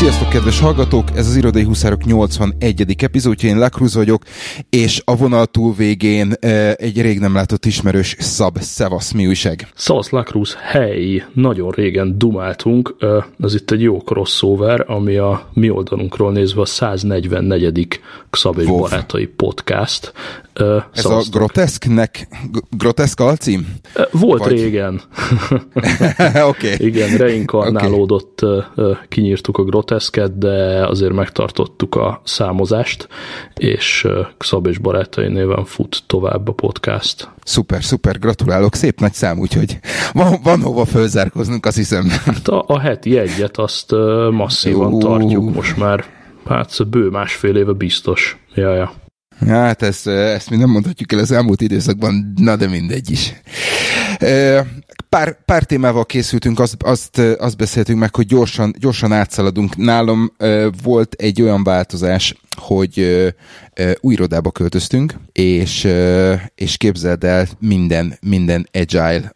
Sziasztok, kedves hallgatók! Ez az Irodai Huszárok 81. epizódja, én Lacruz vagyok, és a vonal túlvégén egy rég nem látott ismerős Szab. Szevasz, mi újság? Szevasz, Lacruz, hey! Nagyon régen dumáltunk, ez itt egy jó crossover, ami a mi oldalunkról nézve a 144. Szab és Barátai podcast. Ez a groteszk alcím? Volt vagy? Régen. Okay. Igen, reinkarnálódott, kinyírtuk a groteszket, de azért megtartottuk a számozást, és Szab és Barátai néven fut tovább a podcast. Szuper, gratulálok, szép nagy szám, úgyhogy van hova fölzárkoznunk, azt hiszem. Hát a heti egyet azt masszívan tartjuk most már, hát bő másfél éve biztos. Ja. Hát ezt mi nem mondhatjuk el az elmúlt időszakban, na de mindegy is. Pár témával készültünk, azt beszéltünk meg, hogy gyorsan átszaladunk. Nálam volt egy olyan változás, hogy új irodába költöztünk, és képzeld el, minden agile,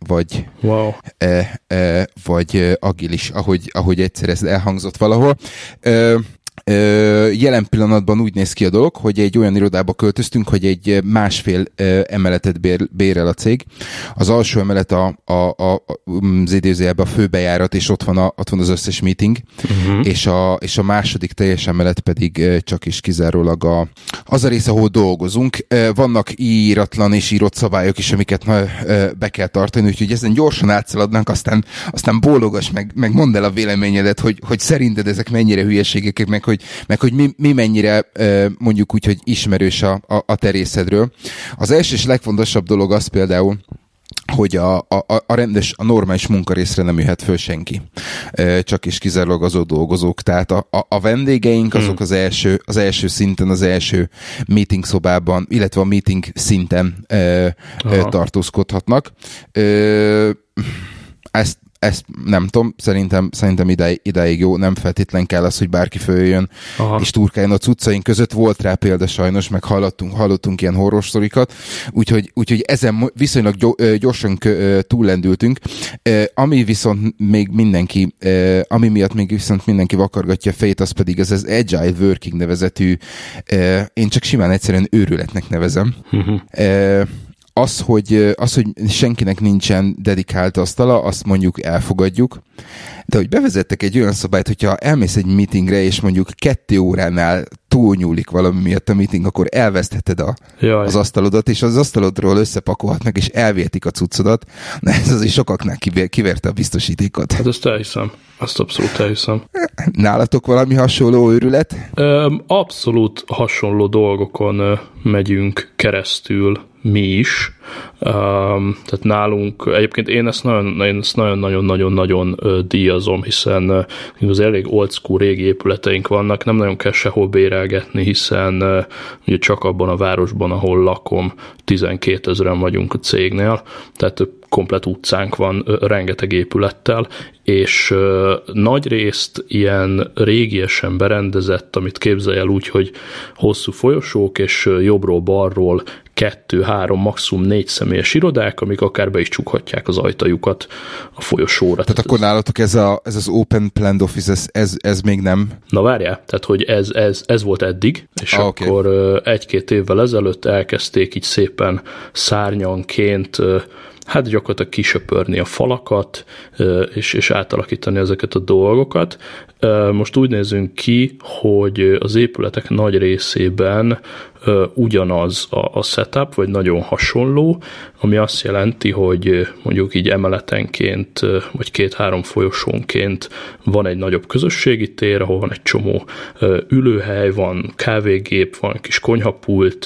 vagy agilis, ahogy egyszer ez elhangzott valahol. Jelen pillanatban úgy néz ki a dolog, hogy egy olyan irodába költöztünk, hogy egy másfél emeletet bérel a cég. Az alsó emelet az idézőjelben a főbejárat, és ott van az összes meeting, és a második teljes emelet pedig csak is kizárólag az a rész, ahol dolgozunk. Vannak íratlan és írott szabályok is, amiket be kell tartani, úgyhogy ezen gyorsan átszaladnánk, aztán bólogass meg mondd el a véleményedet, hogy szerinted ezek mennyire hülyeségek, meg hogy mi mennyire mondjuk úgy, hogy ismerős a te részedről. Az első és legfontosabb dolog az például, hogy a rendes, a normális munkarészre nem jöhet föl senki. Csak és kizárólag azok dolgozók. Tehát a vendégeink azok az első szinten, az első meeting szobában, illetve a meeting szinten tartózkodhatnak. Ezt nem tudom, szerintem idáig jó, nem feltétlen kell az, hogy bárki följöjjön és turkáljon a cuccaink között. Volt rá példa sajnos, meg hallottunk ilyen horror sztorikat, úgyhogy ezen viszonylag gyorsan túllendültünk. Ami miatt még viszont mindenki vakargatja a fejét, az pedig az Agile Working nevezetű, én csak simán egyszerűen őrületnek nevezem. Az, hogy senkinek nincsen dedikált asztala, azt mondjuk elfogadjuk, de hogy bevezettek egy olyan szabályt, hogyha elmész egy meetingre, és mondjuk 2 óránál túlnyúlik valami miatt a meeting, akkor elvesztheted az asztalodat, és az asztalodról összepakolhatnak, és elvértik a cuccodat. Na ez azért sokaknál kiverte a biztosítékot. Hát ezt elhiszem. Azt abszolút elhiszem. Nálatok valami hasonló őrület? Abszolút hasonló dolgokon megyünk keresztül mi is. Tehát nálunk, egyébként én ezt nagyon-nagyon díjazom, hiszen az elég old school régi épületeink vannak, nem nagyon kell sehol bérelgetni, hiszen ugye csak abban a városban, ahol lakom, 12 000-en vagyunk a cégnél, tehát komplet utcánk van rengeteg épülettel, és nagy részt ilyen régiesen berendezett, amit képzelj el úgy, hogy hosszú folyosók, és jobbról-balról 2, 3, maximum 4 személyes irodák, amik akár be is csukhatják az ajtajukat a folyosóra. Tehát akkor nálatok ez az Open Planned Office, ez még nem? Na várjál, tehát hogy ez volt eddig, és akkor 1-2 évvel ezelőtt elkezdték így szépen szárnyanként hát gyakorlatilag kisöpörni a falakat, és átalakítani ezeket a dolgokat. Most úgy nézünk ki, hogy az épületek nagy részében ugyanaz a setup, vagy nagyon hasonló, ami azt jelenti, hogy mondjuk így emeletenként, vagy 2-3 folyosónként van egy nagyobb közösségi tér, ahol van egy csomó ülőhely, van kávégép, van kis konyhapult,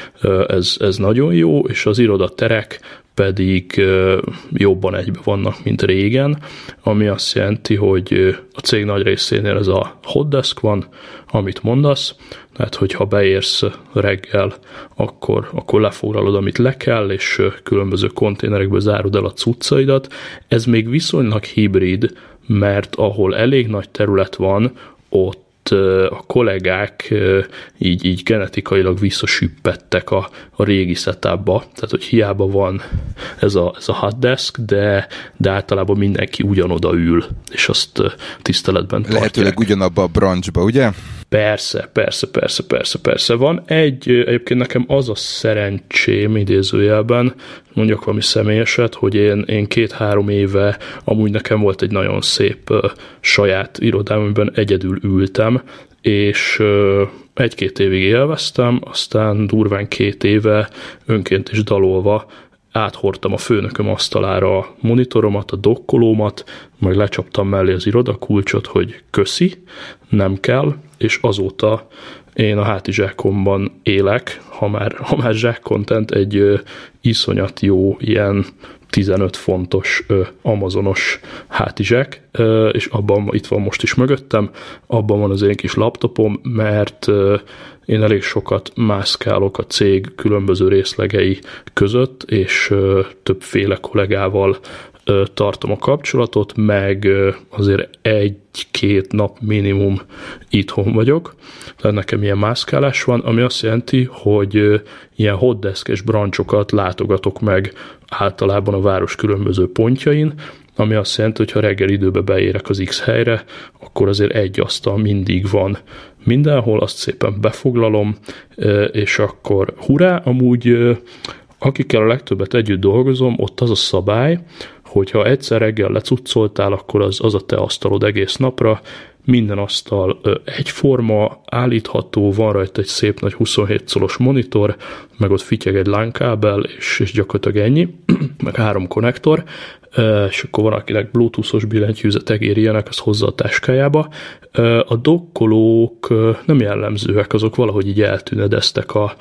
ez nagyon jó, és az irodaterek pedig jobban egybe vannak, mint régen, ami azt jelenti, hogy a cég nagy részénél ez a hot desk van, amit mondasz, tehát hogyha beérsz reggel, akkor lefoglalod, amit le kell, és különböző konténerekből zárod el a cuccaidat. Ez még viszonylag hibrid, mert ahol elég nagy terület van, ott a kollégák így genetikailag visszasüppettek a régi setupba, tehát hogy hiába van ez a hot desk, de általában mindenki ugyanoda ül, és azt tiszteletben tartják. Lehetőleg ugyanabba a branchba, ugye? Persze. Van egyébként nekem az a szerencsém idézőjelben, mondjak valami személyeset, hogy én 2-3 éve amúgy nekem volt egy nagyon szép saját irodám, amiben egyedül ültem, és 1-2 évig élveztem, aztán durván 2 éve önként is dalolva áthordtam a főnököm asztalára a monitoromat, a dokkolómat, majd lecsaptam mellé az irodakulcsot, hogy köszi, nem kell, és azóta én a hátizsákomban élek, ha már zsák content, egy iszonyat jó ilyen 15 fontos amazonos hátizsák, és abban itt van most is mögöttem, abban van az én kis laptopom, mert én elég sokat mászkálok a cég különböző részlegei között, és többféle kollégával tartom a kapcsolatot, meg azért 1-2 nap minimum itthon vagyok. Tehát nekem ilyen mászkálás van, ami azt jelenti, hogy ilyen hotdesk-es brancsokat látogatok meg általában a város különböző pontjain, ami azt jelenti, hogy ha reggel időbe beérek az X helyre, akkor azért egy asztal mindig van mindenhol, azt szépen befoglalom, és akkor hurrá, amúgy akikkel a legtöbbet együtt dolgozom, ott az a szabály, hogyha egyszer reggel lecuccoltál, akkor az a te asztalod egész napra, minden asztal egyforma, állítható, van rajta egy szép nagy 27 colos monitor, meg ott fityeg egy LAN-kábel, és gyakorlatilag ennyi, meg 3 konnektor, és akkor van, akinek bluetooth-os billentyűzetek érjenek, az hozza a táskájába. A dokkolók nem jellemzőek, azok valahogy így eltűnedeztek a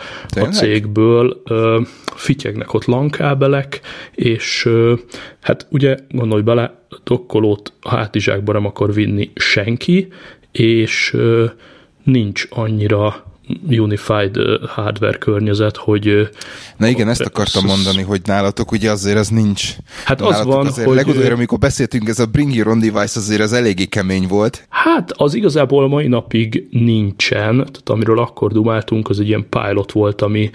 cégből, fityegnek ott LAN-kábelek, és hát ugye gondolj bele, a dokkolót a hátizsákba nem akar vinni senki, és nincs annyira unified hardware környezet, hogy... Na igen, ezt akartam mondani, hogy nálatok ugye azért az nincs. Hát az van, hogy... Legutoljára, amikor beszéltünk, ez a Bring Your Own Device azért az eléggé kemény volt. Hát az igazából mai napig nincsen, tehát amiről akkor dumáltunk, az egy ilyen pilot volt, ami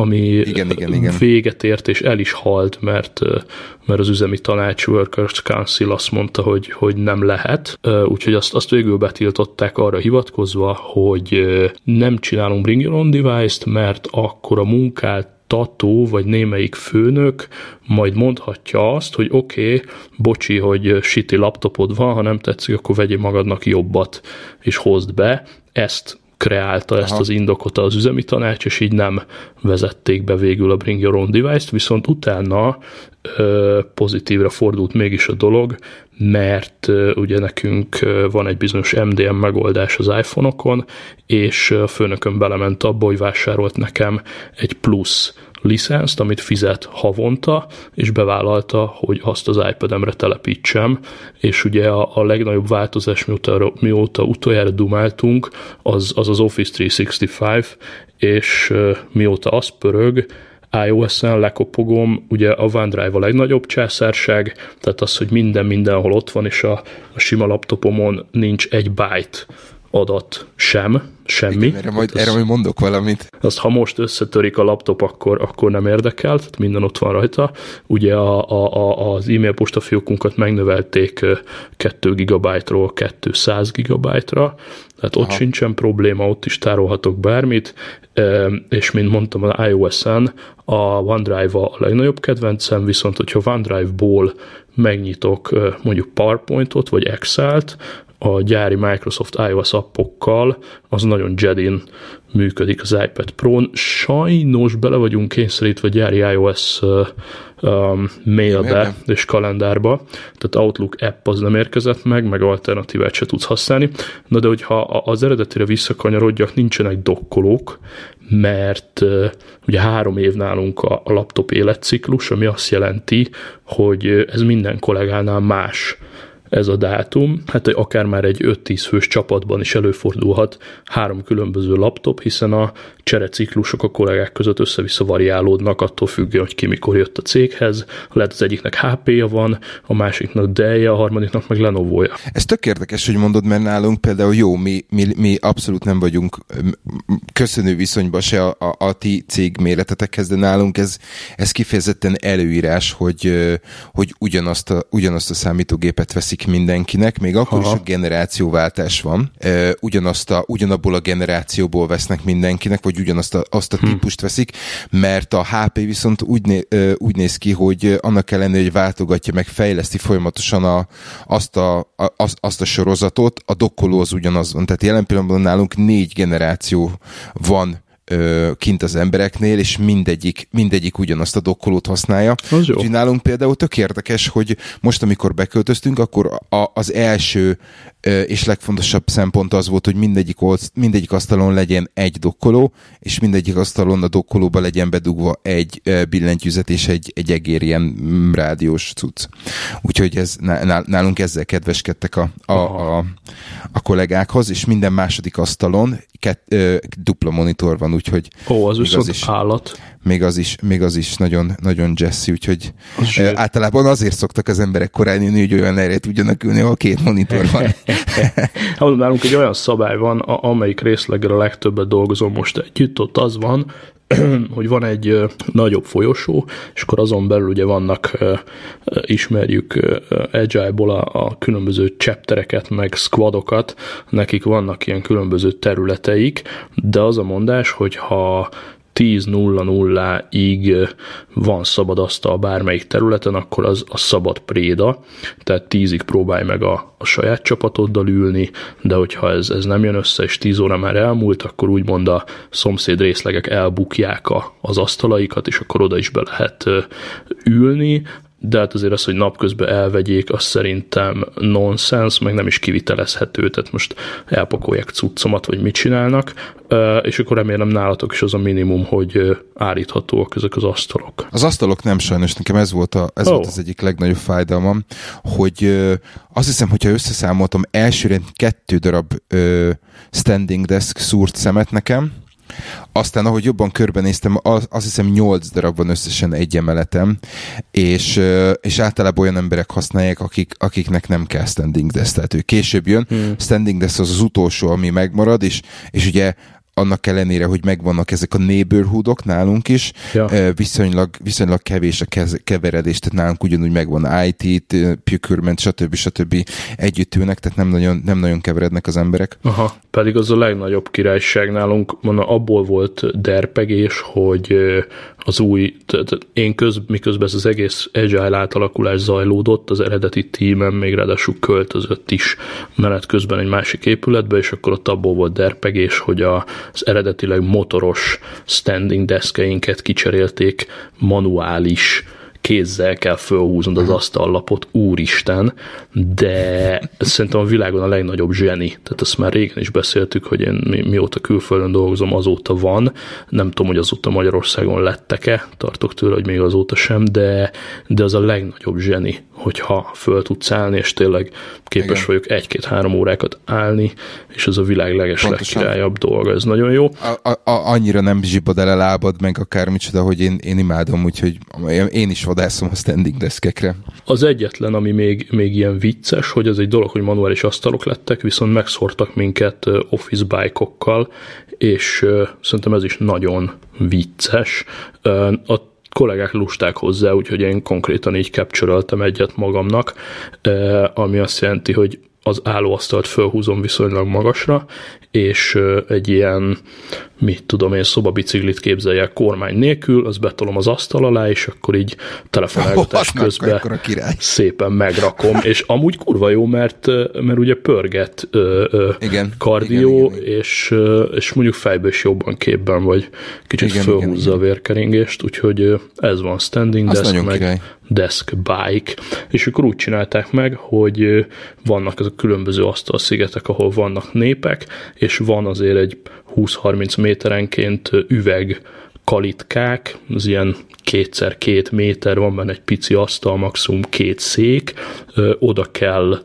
igen. véget ért, és el is halt, mert az üzemi tanács, Workers Council azt mondta, hogy nem lehet, úgyhogy azt végül betiltották arra hivatkozva, hogy nem csinálunk Bring Your Own Device-t, mert akkor a munkáltató vagy némelyik főnök majd mondhatja azt, hogy oké, bocsi, hogy shitty laptopod van, ha nem tetszik, akkor vegyél magadnak jobbat, és hozd be. Ezt kreálta ezt az indokot az üzemi tanács, és így nem vezették be végül a Bring Your Own Device-t, viszont utána pozitívra fordult mégis a dolog, mert ugye nekünk van egy bizonyos MDM megoldás az iPhone-okon, és a főnököm belement abba, hogy vásárolt nekem egy plusz licenszt, amit fizet havonta, és bevállalta, hogy azt az iPad-emre telepítsem, és ugye a legnagyobb változás, mióta utoljára dumáltunk, az Office 365, és mióta az pörög, iOS-en lekopogom, ugye a OneDrive a legnagyobb császárság, tehát az, hogy mindenhol ott van, és a sima laptopomon nincs egy byte adat semmi. Igen, erre majd mondok valamit. Azt, ha most összetörik a laptop, akkor nem érdekel, tehát minden ott van rajta. Ugye az e-mail postafiókunkat megnövelték 2 GB-ról 200 GB-ra, tehát ott sincsen probléma, ott is tárolhatok bármit, és mint mondtam, az iOS-en a OneDrive a legnagyobb kedvencem, viszont hogyha OneDrive-ból megnyitok mondjuk PowerPoint-ot vagy Excel-t, a gyári Microsoft iOS appokkal, az nagyon Jedin működik az iPad Pro-n. Sajnos bele vagyunk kényszerítve gyári iOS mailbe és kalendárba, tehát Outlook app az nem érkezett meg alternatívát se tudsz használni. Na de hogyha az eredetire visszakanyarodjak, nincsenek dokkolók, mert ugye 3 év nálunk a laptop életciklus, ami azt jelenti, hogy ez minden kollégánál más. ez a dátum. Hát akár már egy 5-10 fős csapatban is előfordulhat 3 különböző laptop, hiszen a csereciklusok a kollégák között össze-vissza variálódnak, attól függően, hogy ki mikor jött a céghez. Lehet az egyiknek HP-ja van, a másiknak Dell-je, a harmadiknak meg Lenovo-ja. Ez tök érdekes, hogy mondod, mert nálunk például jó, mi abszolút nem vagyunk köszönő viszonyban se a ti cég méretetekhez, de nálunk ez kifejezetten előírás, hogy ugyanazt a számítógépet veszik mindenkinek, még akkor is a generációváltás van. Ugyanabból a generációból vesznek mindenkinek, vagy ugyanazt a típust veszik, mert a HP viszont úgy néz ki, hogy annak ellenére, hogy váltogatja meg, fejleszti folyamatosan azt a sorozatot, a dokkoló az ugyanaz van. Tehát jelen pillanatban nálunk 4 generáció van kint az embereknél, és mindegyik ugyanazt a dokkolót használja. Úgyhogy nálunk például tök érdekes, hogy most, amikor beköltöztünk, akkor az első és legfontosabb szempont az volt, hogy mindegyik asztalon legyen egy dokkoló, és mindegyik asztalon a dokkolóba legyen bedugva egy billentyűzet és egy egér ilyen rádiós cucc. Úgyhogy nálunk ezzel kedveskedtek a kollégákhoz, és minden második asztalon dupla monitor van, úgyhogy az viszont állat. Még az is nagyon, nagyon jazzy, úgyhogy általában azért szoktak az emberek korán ülni, hogy olyan helyre tudjanak ülni, ahol 2 monitor van. Nálunk egy olyan szabály van, amelyik részleggel a legtöbbet dolgozom most együtt, ott az van, hogy van egy nagyobb folyosó, és akkor azon belül ugye vannak, ismerjük Agile-ból a különböző chaptereket, meg squadokat, nekik vannak ilyen különböző területeik, de az a mondás, hogy ha 10:00-ig van szabad asztal bármelyik területen, akkor az a szabad préda, tehát 10-ig próbálj meg a saját csapatoddal ülni, de hogyha ez nem jön össze, és 10 óra már elmúlt, akkor úgymond a szomszéd részlegek elbukják az asztalaikat, és akkor oda is be lehet ülni, de hát azért az, hogy napközben elvegyék, az szerintem nonsens, meg nem is kivitelezhető, tehát most elpakolják cuccomat, vagy mit csinálnak, és akkor remélem nálatok is az a minimum, hogy állíthatóak ezek az asztalok. Az asztalok nem sajnos, nekem ez volt az egyik legnagyobb fájdalmam, hogy azt hiszem, hogyha összeszámoltam, elsőre 2 darab standing desk szúrt szemet nekem, aztán, ahogy jobban körbenéztem, azt hiszem 8 darab van összesen egy emeletem, és általában olyan emberek használják, akiknek nem kell standing desk, tehát ő később jön. Standing desk az utolsó, ami megmarad, és ugye annak ellenére, hogy megvannak ezek a neighborhoodok nálunk is, viszonylag kevés a keveredés, tehát nálunk ugyanúgy megvan IT, procurement, stb. Együtt ülnek, tehát nem nagyon keverednek az emberek. Aha, pedig az a legnagyobb királyság nálunk, abból volt derpegés, hogy az új, miközben ez az egész Agile átalakulás zajlódott, az eredeti tímen még ráadásul költözött is menet közben egy másik épületbe, és akkor ott abból volt derpegés, hogy az eredetileg motoros standing deskeinket kicserélték manuális kézzel kell fölhúznod az asztallapot, úristen, de szerintem a világon a legnagyobb zseni. Tehát ezt már régen is beszéltük, hogy én mióta külföldön dolgozom, azóta van. Nem tudom, hogy azóta Magyarországon lettek-e, tartok tőle, hogy még azóta sem, de az a legnagyobb zseni, hogyha föl tudsz állni, és tényleg képes vagyok 1-2-3 órákat állni, és ez a világ legkirályabb dolga. Ez nagyon jó. Annyira nem zsibbad el a lábad, meg akármicsoda, hogy én imádom, úgyhogy én is vadászom a standing deskekre. Az egyetlen, ami még ilyen vicces, hogy az egy dolog, hogy manuális asztalok lettek, viszont megszórtak minket office bike-okkal, és szerintem ez is nagyon vicces. A kollégák lusták hozzá, úgyhogy én konkrétan így capture-öltem egyet magamnak, ami azt jelenti, hogy az állóasztalt fölhúzom viszonylag magasra, és egy ilyen, mit tudom én, szobabiciklit képzeljek kormány nélkül, azt betolom az asztal alá, és akkor így telefonálgatás közben szépen megrakom, és amúgy kurva jó, mert ugye pörget kardió, igen. És mondjuk fejből is jobban képben vagy, kicsit fölhúzza a vérkeringést, úgyhogy ez van standing desk, meg desk bike, és akkor úgy csinálták meg, hogy vannak ezek a különböző asztalszigetek, ahol vannak népek, és van azért egy 20-30 méterenként üveg kalitkák, az ilyen 2x2 méter, van benne egy pici asztal, maximum 2 szék, oda kell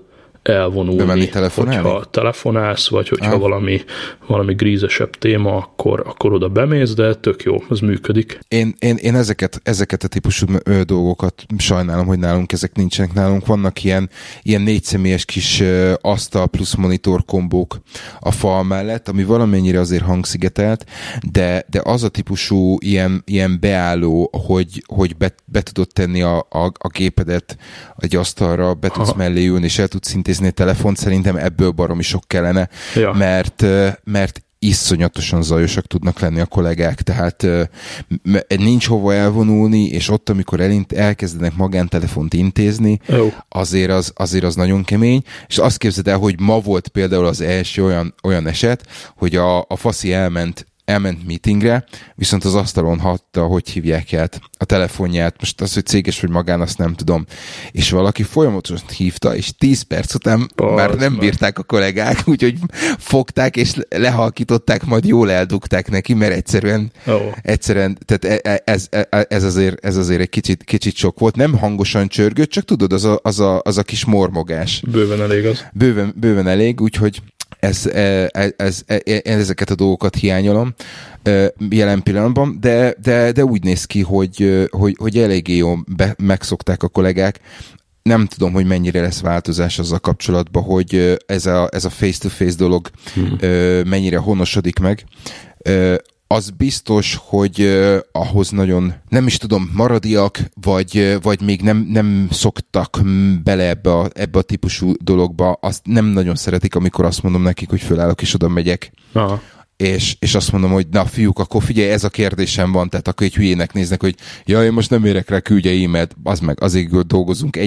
elvonulni, hogyha telefonálsz, vagy hogyha valami grízesebb téma, akkor oda bemész, de tök jó, az működik. Én ezeket a típusú dolgokat sajnálom, hogy nálunk ezek nincsenek. Nálunk vannak ilyen 4 személyes kis asztal plusz monitor kombók a fal mellett, ami valamennyire azért hangszigetelt, de az a típusú ilyen beálló, hogy be tudod tenni a gépedet egy asztalra, be tudsz mellé ülni, és el tudsz intézni a telefont, szerintem ebből baromi sok kellene, mert iszonyatosan zajosak tudnak lenni a kollégák, tehát nincs hova elvonulni, és ott, amikor elkezdenek magántelefont intézni, azért az nagyon kemény, és azt képzeld el, hogy ma volt például az első olyan eset, hogy a faszi elment meetingre, viszont az asztalon hagyta, hogy hívják át a telefonját. Most az, hogy céges vagy magán, azt nem tudom. És valaki folyamatosan hívta, és 10 perc után már nem bírták a kollégák, úgyhogy fogták, és lehalkították, majd jól eldugták neki, mert egyszerűen tehát ez azért egy kicsit sok volt. Nem hangosan csörgött, csak tudod, az a kis mormogás. Bőven elég az. Bőven elég, úgyhogy ezeket a dolgokat hiányolom jelen pillanatban, de úgy néz ki, hogy eléggé jól megszokták a kollégák. Nem tudom, hogy mennyire lesz változás azzal kapcsolatban, hogy ez a face-to-face dolog mennyire honosodik meg. Az biztos, hogy ahhoz nagyon, nem is tudom, maradiak, vagy még nem szoktak bele ebbe a típusú dologba, azt nem nagyon szeretik, amikor azt mondom nekik, hogy fölállok és oda megyek. Aha. És azt mondom, hogy na fiúk, akkor figyelj, ez a kérdésem van, tehát akkor egy hülyének néznek, hogy én most nem érek rá, küldje e-mailt, azért dolgozunk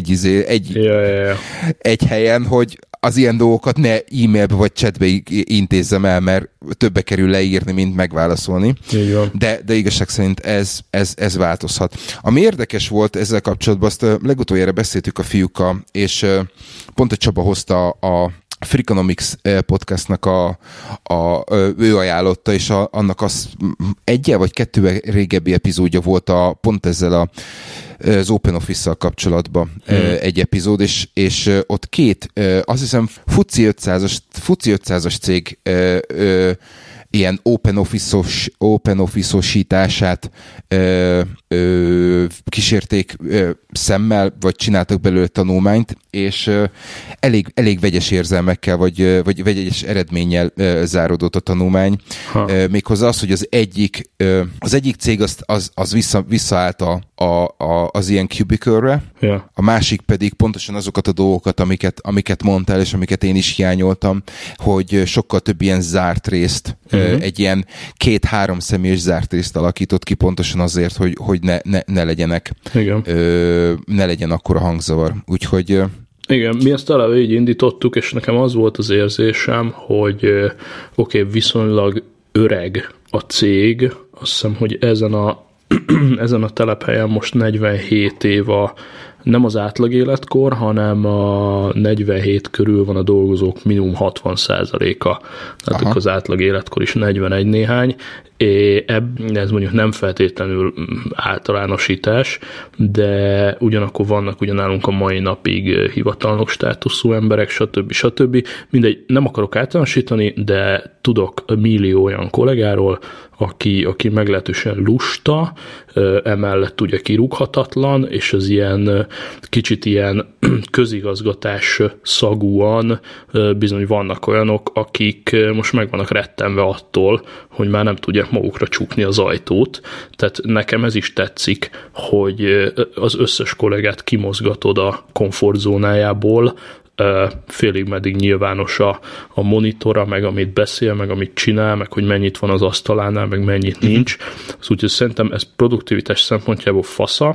egy helyen, hogy az ilyen dolgokat ne e-mailbe vagy chatbe intézzem el, mert többe kerül leírni, mint megválaszolni. De igazság szerint ez változhat. Ami érdekes volt ezzel kapcsolatban, azt legutoljára beszéltük a fiúkkal, és pont a Csaba hozta a Freakonomics podcastnak ő ajánlotta, és annak az 1 vagy 2 régebbi epizódja volt pont ezzel az OpenOffice-szal kapcsolatban egy epizód, és ott 2, azt hiszem FTSE 500-as cég ilyen OpenOffice-osítását kísérték szemmel, vagy csináltak belőle tanulmányt, és elég vegyes érzelmekkel, vagy vegyes eredménnyel záródott a tanulmány. Méghozzá az, hogy az egyik cég az visszaállt az ilyen cubicle-re, a másik pedig pontosan azokat a dolgokat, amiket mondtál, és amiket én is hiányoltam, hogy sokkal több ilyen zárt részt, egy ilyen 2-3 személyes zárt részt alakított ki pontosan azért, hogy ne legyenek, ne legyen akkora hangzavar. Úgyhogy... Igen, mi ezt eleve így indítottuk, és nekem az volt az érzésem, hogy viszonylag öreg a cég, azt hiszem, hogy ezen a telephelyen most 47 év nem az átlag életkor, hanem a 47 körül van a dolgozók minimum 60%-a. Tehát az átlag életkor is 41 néhány. Ez mondjuk nem feltétlenül általánosítás, de ugyanakkor vannak ugyanálunk a mai napig hivatalnok státuszú emberek, stb. Mindegy, nem akarok általánosítani, de tudok millió olyan kollégáról, aki meglehetősen lusta, emellett ugye kirúghatatlan, és az ilyen kicsit ilyen közigazgatás szagúan bizony vannak olyanok, akik most meg vannak rettenve attól, hogy már nem tudják magukra csukni az ajtót. Tehát nekem ez is tetszik, hogy az összes kollégát kimozgatod a komfortzónájából, félig meddig nyilvános a monitora, meg amit beszél, meg amit csinál, meg hogy mennyit van az asztalánál, meg mennyit nincs. Úgyhogy szerintem ez produktivitás szempontjából fasza.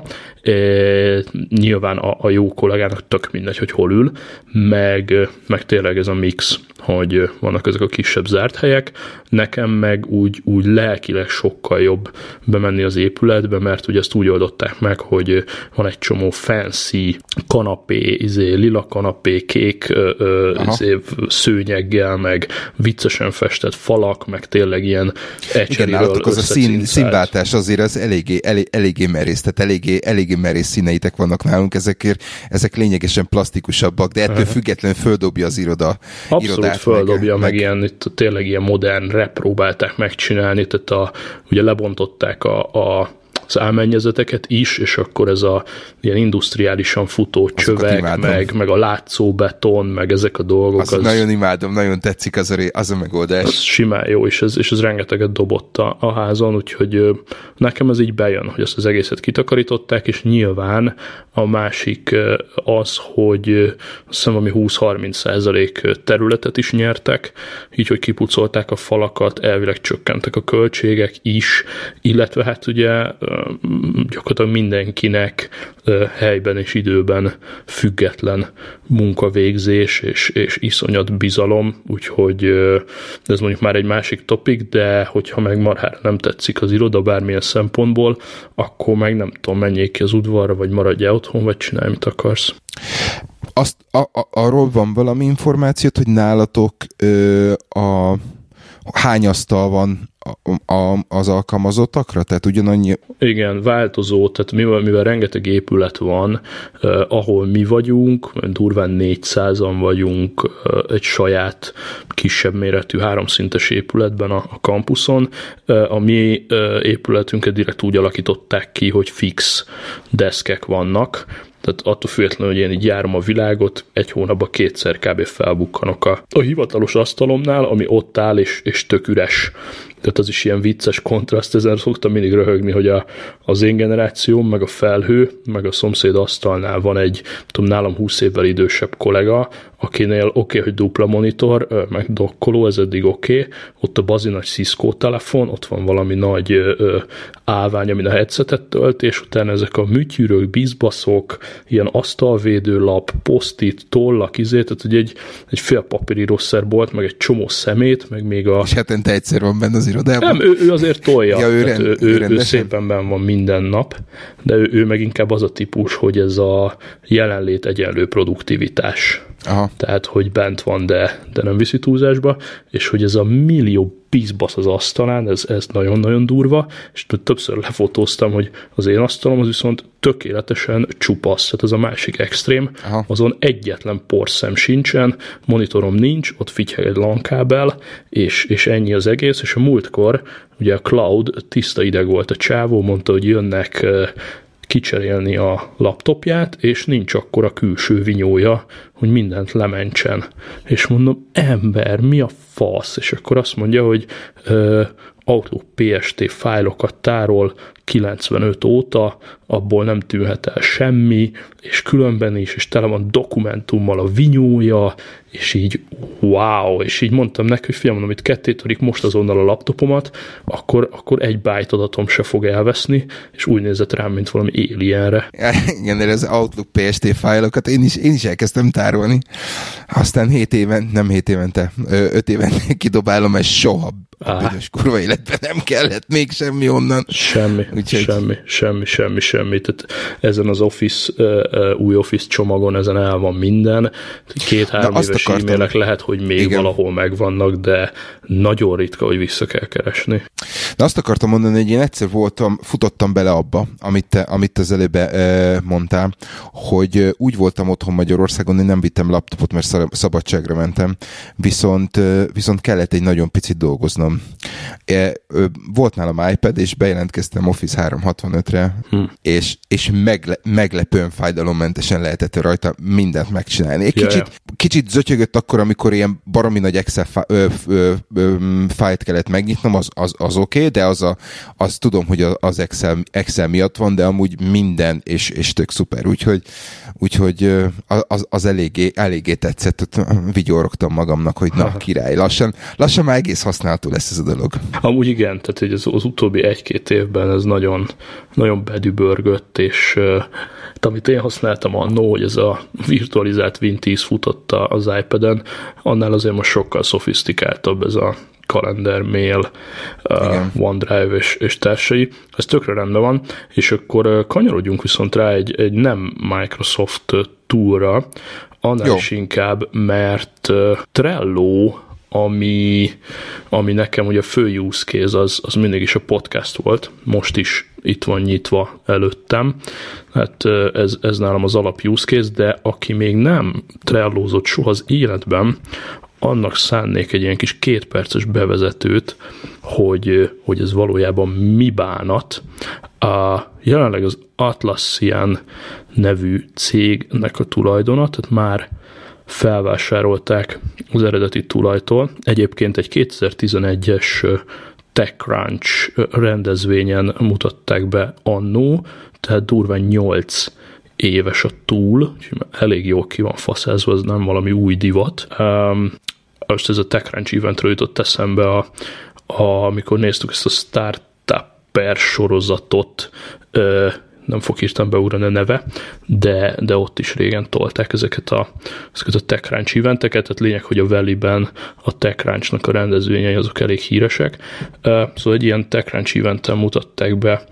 Nyilván a jó kollégának tök mindegy, hogy hol ül, meg tényleg ez a mix, hogy vannak ezek a kisebb zárt helyek. Nekem meg úgy lelkileg sokkal jobb bemenni az épületbe, mert ugye ezt úgy oldották meg, hogy van egy csomó fancy kanapé, lila kanapé, kék szőnyeggel, meg viccesen festett falak, meg tényleg ilyen ecseréről az a színváltás azért az eléggé merész, tehát eléggé merész színeitek vannak nálunk, ezek lényegesen plastikusabbak, de ettől függetlenül földobja az irodát. Abszolút földobja, meg ilyen, itt tényleg ilyen modern rap próbálták megcsinálni, tehát ugye lebontották az álmennyezeteket is, és akkor ez a ilyen industriálisan futó csövek, meg a látszóbeton, meg ezek a dolgok. Azt nagyon imádom, nagyon tetszik az a megoldás. Az simán jó, és ez rengeteget dobott a házon, úgyhogy nekem ez így bejön, hogy ezt az egészet kitakarították, és nyilván a másik az, hogy azt hiszem, ami 20-30% területet is nyertek, így, hogy kipucolták a falakat, elvileg csökkentek a költségek is, illetve hát ugye gyakorlatilag mindenkinek helyben és időben független munkavégzés és iszonyat bizalom, úgyhogy ez mondjuk már egy másik topik, de hogyha meg marhára nem tetszik az iroda bármilyen szempontból, akkor meg nem tudom, menjék ki az udvarra, vagy maradj otthon, vagy csinálj, mit akarsz. Arról van valami információt, hogy nálatok hány asztal van az alkalmazottakra? Tehát ugyanannyi... Igen, változó, tehát mivel rengeteg épület van, ahol mi vagyunk, durván 400-an vagyunk egy saját kisebb méretű 3-szintes épületben a kampuszon. A mi épületünket direkt úgy alakították ki, hogy fix deszkek vannak, tehát attól függetlenül, hogy én így járom a világot, egy hónapban 2-szer kb. Felbukkanok a hivatalos asztalomnál, ami ott áll, és tök üres. Tehát az is ilyen vicces kontraszt, ezen szoktam mindig röhögni, hogy az én generációm, meg a felhő, meg a szomszéd asztalnál van egy, tudom, nálam 20 évvel idősebb kollega, akinél oké, hogy dupla monitor, meg dokkoló, ez eddig oké. Ott a bazi nagy Cisco telefon, ott van valami nagy állvány, amin a headsetet tölt, és utána ezek a műtyűrök, bizbaszok, ilyen asztalvédőlap, posztit, tollak, tehát ugye egy fél papírírószerbolt, meg egy csomó szemét, meg még a... És hetente egyszer van benne az irodában? Nem, ő azért tolja. Ja, ő szépen benn van minden nap, de ő meg inkább az a típus, hogy ez a jelenlét egyenlő produktivitás. Aha. Tehát, hogy bent van, de nem viszi túlzásba, és hogy ez a millió bizbasz az asztalán, ez nagyon-nagyon durva, és többször lefotóztam, hogy az én asztalom az viszont tökéletesen csupasz, tehát az a másik extrém, aha, azon egyetlen porszem sincsen, monitorom nincs, ott fityeg egy LAN-kábel, és ennyi az egész, és a múltkor ugye a cloud tiszta ideg volt a csávó, mondta, hogy jönnek kicserélni a laptopját, és nincs akkora külső vinyója, hogy mindent lementsen. És mondom, ember, mi a fasz? És akkor azt mondja, hogy Outlook PST fájlokat tárol 95 óta, abból nem tűnhet el semmi, és különben is, és tele van dokumentummal a vinyója, és így wow, és így mondtam neki, hogy fiam, mondom, itt ketté törik most azonnal a laptopomat, akkor egy byte adatom se fog elveszni, és úgy nézett rám, mint valami alienre. Igen, de az Outlook PST fájlokat én is elkezdtem tárolni. Aztán 5 évente kidobálom, és soha a büdös kurva életben nem kellett még semmi onnan. Semmi. Tehát ezen az új Office csomagon, ezen el van minden. 2-3 éves e-mailek lehet, hogy még igen, valahol megvannak, de nagyon ritka, hogy vissza kell keresni. De azt akartam mondani, hogy én egyszer futottam bele abba, amit az előbb mondtál, hogy úgy voltam otthon Magyarországon, hogy nem vittem laptopot, mert szabadságra mentem, viszont kellett egy nagyon picit dolgoznom. Volt nálam iPad, és bejelentkeztem Office 365-re, és meglepően fájdalommentesen lehetett rajta mindent megcsinálni. Kicsit zötyögött akkor, amikor ilyen baromi nagy Excel fájlt kellett megnyitnom, az oké, de az tudom, hogy az Excel miatt van, de amúgy minden, és tök szuper. Úgyhogy az eléggé tetszett, vigyorogtam magamnak, hogy na, király, lassan már egész használható lesz ez a dolog. Amúgy igen, tehát hogy az utóbbi 1-2 évben ez nagyon, nagyon bedübörgött, és amit én használtam annó, hogy ez a virtualizált Win10 futotta az iPad-en, annál azért most sokkal szofisztikáltabb ez a kalender, mail, OneDrive és társai. Ez tökre rendben van, és akkor kanyarodjunk viszont rá egy nem Microsoft toolra, annál is inkább, mert Trello, ami nekem ugye a fő use case, az mindig is a podcast volt, most is itt van nyitva előttem, hát ez nálam az alap use case, de aki még nem Trellozott soha az életben, annak szánnék egy ilyen kis 2 perces bevezetőt, hogy ez valójában mi bánat. Jelenleg az Atlassian nevű cégnek a tulajdona, tehát már felvásárolták az eredeti tulajtól. Egyébként egy 2011-es TechCrunch rendezvényen mutatták be annó, tehát durván 8 éves a tool, elég jól ki van faszázva, ez nem valami új divat. Most ez a TechCrunch eventről jutott eszembe, amikor néztük ezt a Startupper sorozatot, nem fog hirtelen beugrani a neve, de ott is régen tolták ezeket a TechCrunch eventeket, tehát lényeg, hogy a Valley-ben a TechCrunch-nak a rendezvényei azok elég híresek. Szóval egy ilyen TechCrunch eventen mutatták be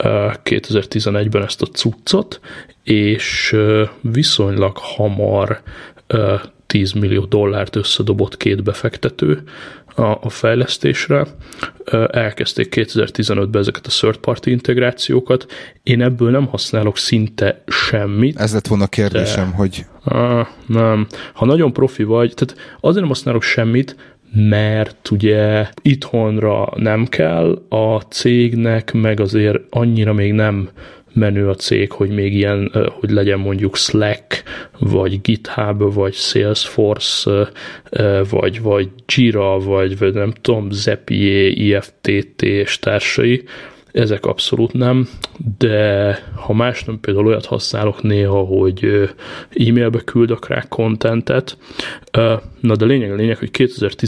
2011-ben ezt a cuccot, és viszonylag hamar $10 millió összedobott 2 befektető a fejlesztésre. Elkezdték 2015-ben ezeket a third party integrációkat. Én ebből nem használok szinte semmit. Ez lett volna a kérdésem, hogy... Nem. Ha nagyon profi vagy, tehát azért nem használok semmit, mert ugye itthonra nem kell a cégnek, meg azért annyira még nem menő a cég, hogy még ilyen, hogy legyen mondjuk Slack, vagy GitHub, vagy Salesforce, vagy Jira, vagy nem tudom, Zapier, IFTT és társai. Ezek abszolút nem, de ha más nem, például olyat használok néha, hogy e-mailbe küldök rá contentet. Na de lényeg, hogy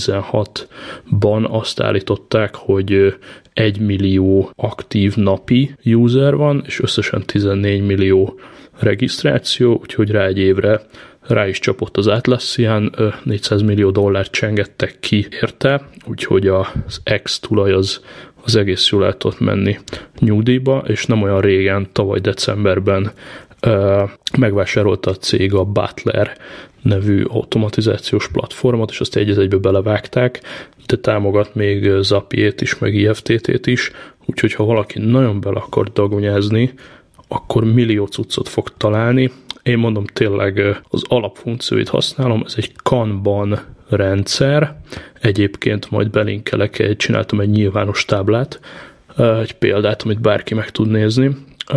2016-ban azt állították, hogy 1 millió aktív napi user van, és összesen 14 millió regisztráció, úgyhogy rá egy évre rá is csapott az Atlassian, $400 millió csengettek ki érte, úgyhogy az ex-tulaj az egész jól el tudott menni nyugdíjba, és nem olyan régen, tavaly decemberben megvásárolta a cég a Butler nevű automatizációs platformot, és azt egy-egybe belevágták, de támogat még Zapier-t is, meg IFTT-t is, úgyhogy ha valaki nagyon bele akar dagonyázni, akkor millió cuccot fog találni. Én mondom, tényleg az alapfunkcióit használom, ez egy Kanban rendszer, egyébként majd belinkelek, csináltam egy nyilvános táblát, egy példát, amit bárki meg tud nézni.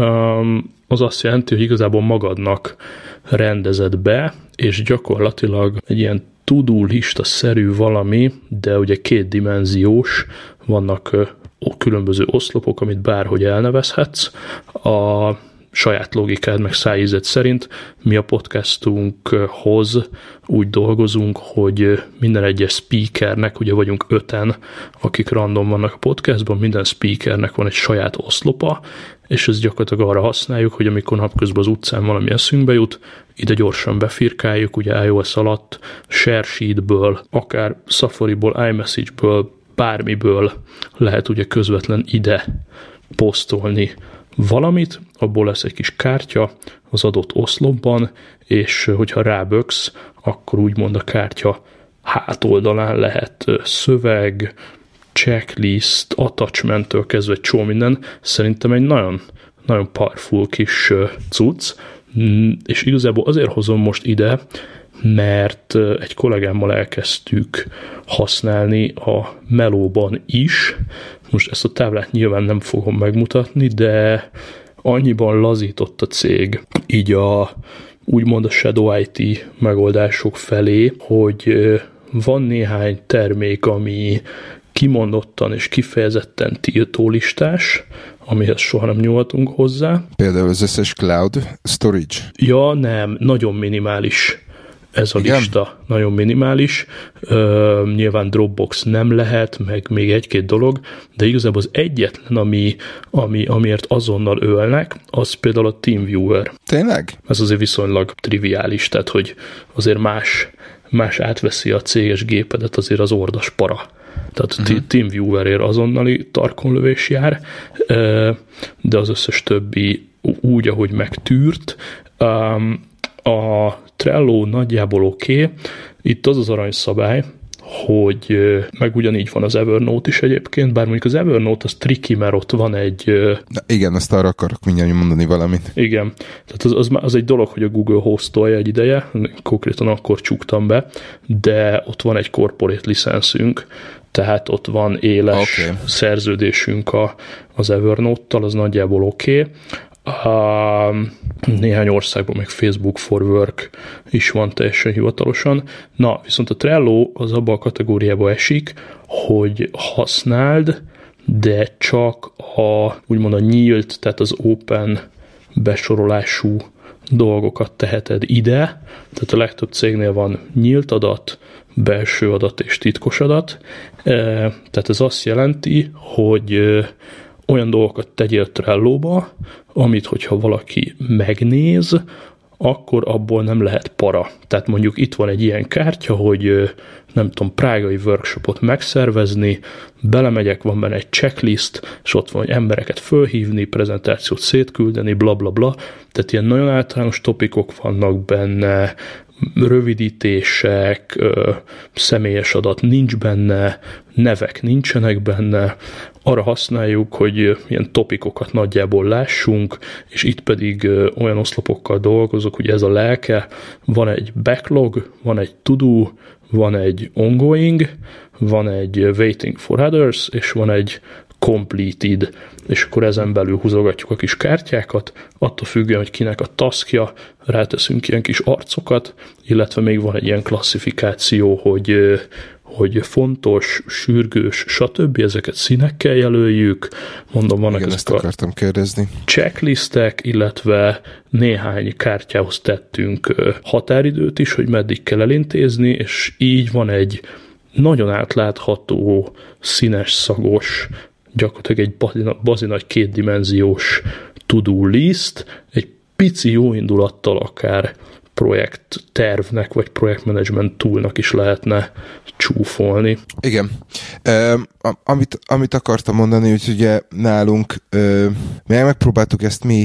Az azt jelenti, hogy igazából magadnak rendezed be, és gyakorlatilag egy ilyen to-do lista-szerű valami, de ugye 2 dimenziós, vannak különböző oszlopok, amit bárhogy elnevezhetsz. A saját logikád meg szájízed szerint mi a podcastunkhoz úgy dolgozunk, hogy minden egyes speakernek, ugye vagyunk 5-en, akik random vannak a podcastban, minden speakernek van egy saját oszlopa, és ezt gyakorlatilag arra használjuk, hogy amikor napközben az utcán valami eszünkbe jut, ide gyorsan befirkáljuk, ugye iOS alatt Share Sheetből, akár Safariból, iMessage-ből, bármiből lehet ugye közvetlen ide posztolni valamit, abból lesz egy kis kártya az adott oszlopban, és hogyha ráböksz, akkor úgymond a kártya hátoldalán lehet szöveg, checklist, attachment-től kezdve csomó minden. Szerintem egy nagyon, nagyon powerful kis cucc, és igazából azért hozom most ide, mert egy kollégámmal elkezdtük használni a Melóban is. Most ezt a táblát nyilván nem fogom megmutatni, de annyiban lazított a cég így úgymond a Shadow IT megoldások felé, hogy van néhány termék, ami kimondottan és kifejezetten tiltólistás, amihez soha nem nyúlhatunk hozzá. Például az összes cloud storage? Ja, nem, nagyon minimális ez a lista, nagyon minimális. Nyilván Dropbox nem lehet, meg még egy-két dolog, de igazából az egyetlen, amiért azonnal ölnek, az például a TeamViewer. Tényleg? Ez azért viszonylag triviális, tehát hogy azért más átveszi a céges gépedet, azért az ordas para. Tehát TeamViewerért azonnali tarkonlövés jár, de az összes többi úgy, ahogy megtűrt. A Trello nagyjából oké. Itt az aranyszabály, hogy meg ugyanígy van az Evernote is egyébként, bár mondjuk az Evernote az tricky, mert ott van egy... Na, igen, azt arra akarok mindjárt mondani valamit. Igen, tehát az egy dolog, hogy a Google hostolja egy ideje, konkrétan akkor csuktam be, de ott van egy corporate licenszünk, tehát ott van éles szerződésünk az Evernote-tal, az nagyjából oké. Néhány országban még Facebook for Work is van teljesen hivatalosan. Na, viszont a Trello az abban a kategóriába esik, hogy használd, de csak úgymond a nyílt, tehát az open besorolású dolgokat teheted ide. Tehát a legtöbb cégnél van nyílt adat, belső adat és titkos adat. Tehát ez azt jelenti, hogy olyan dolgokat tegyél Trello-ba, amit, hogyha valaki megnéz, akkor abból nem lehet para. Tehát mondjuk itt van egy ilyen kártya, hogy nem tudom, prágai workshopot megszervezni, belemegyek, van benne egy checklist, és ott van, hogy embereket fölhívni, prezentációt szétküldeni, bla bla bla. Tehát ilyen nagyon általános topikok vannak benne, rövidítések, személyes adat nincs benne, nevek nincsenek benne, arra használjuk, hogy ilyen topikokat nagyjából lássunk, és itt pedig olyan oszlopokkal dolgozok, hogy ez a lelke, van egy backlog, van egy to-do, van egy ongoing, van egy waiting for others, és van egy completed, és akkor ezen belül húzogatjuk a kis kártyákat, attól függően, hogy kinek a taskja, ráteszünk ilyen kis arcokat, illetve még van egy ilyen klasszifikáció, hogy fontos, sürgős, stb. Ezeket színekkel jelöljük. Mondom, vannak igen, ezek ezt akartam kérdezni. Checklistek, illetve néhány kártyához tettünk határidőt is, hogy meddig kell elintézni, és így van egy nagyon átlátható, színes, szagos, gyakorlatilag egy bazinagy kétdimenziós to-do list, egy pici jó indulattal akár projekttervnek, vagy projektmanagement toolnak is lehetne csúfolni. Igen. Amit akartam mondani, hogy ugye nálunk megpróbáltuk ezt mi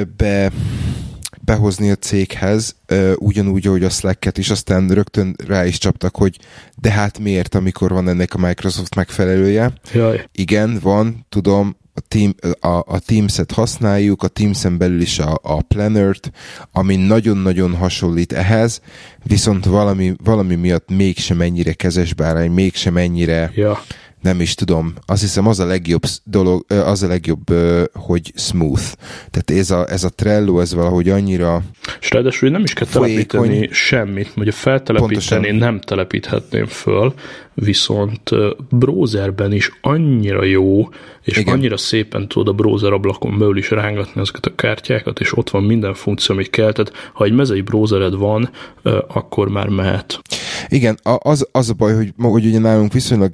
behozni a céghez, ugyanúgy, ahogy a Slack-et, és aztán rögtön rá is csaptak, hogy de hát miért, amikor van ennek a Microsoft megfelelője? Jaj. Igen, van, tudom, a Teams-et használjuk, a Teams-en belül is a Planner-t, ami nagyon-nagyon hasonlít ehhez, viszont valami miatt mégsem ennyire kezesbárány, mégsem ennyire, nem is tudom, azt hiszem az a legjobb dolog, hogy smooth. Tehát ez a Trello, ez valahogy annyira és ráadásul nem is kell telepíteni semmit, vagy feltelepíteni pontosan. Nem telepíthetném föl, viszont browserben is annyira jó, és igen. Annyira szépen tudod a browser ablakon belül is rángatni ezeket a kártyákat, és ott van minden funkció, amit kell, tehát ha egy mezei browsered van, akkor már mehet. Igen, az a baj, hogy ugye nálunk viszonylag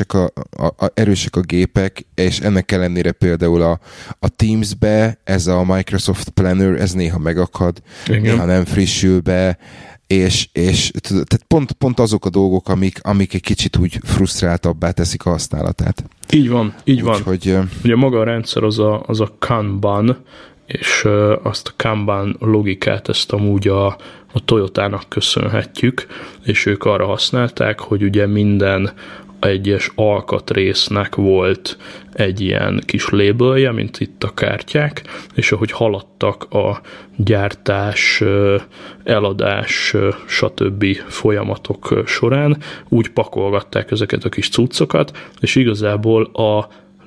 erősek a gépek, és ennek ellenére például a Teams-be ez a Microsoft Planner, ez néha megakad, igen. Néha nem frissül be, és tehát pont azok a dolgok, amik egy kicsit úgy frusztráltabbá teszik a használatát. Így van. Ugye maga a rendszer az a Kanban, és azt a Kanban logikát, ezt amúgy a Toyotának köszönhetjük, és ők arra használták, hogy ugye minden egyes alkatrésznek volt egy ilyen kis labelje, mint itt a kártyák, és ahogy haladtak a gyártás, eladás, stb. Folyamatok során, úgy pakolgatták ezeket a kis cuccokat, és igazából a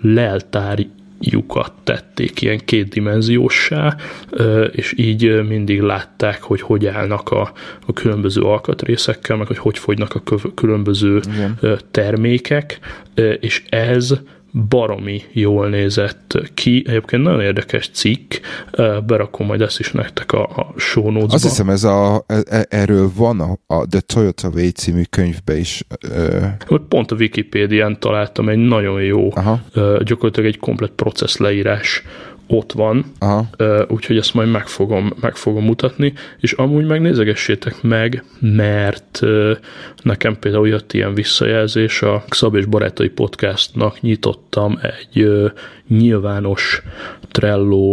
leltárjukat tették ilyen kétdimenzióssá, és így mindig látták, hogy állnak a különböző alkatrészekkel, meg hogy fogynak a különböző termékek, és ez baromi jól nézett ki. Egyébként nagyon érdekes cikk, berakom majd ezt is nektek a show notes-ba. Azt hiszem, erről van a The Toyota Way című könyvbe is. Pont a Wikipédián találtam egy nagyon jó, gyakorlatilag egy komplett processz leírás ott van, úgyhogy ezt majd meg fogom mutatni, és amúgy megnézegessétek meg, mert nekem például jött ilyen visszajelzés, a Szab és Barátai Podcastnak nyitottam egy nyilvános Trello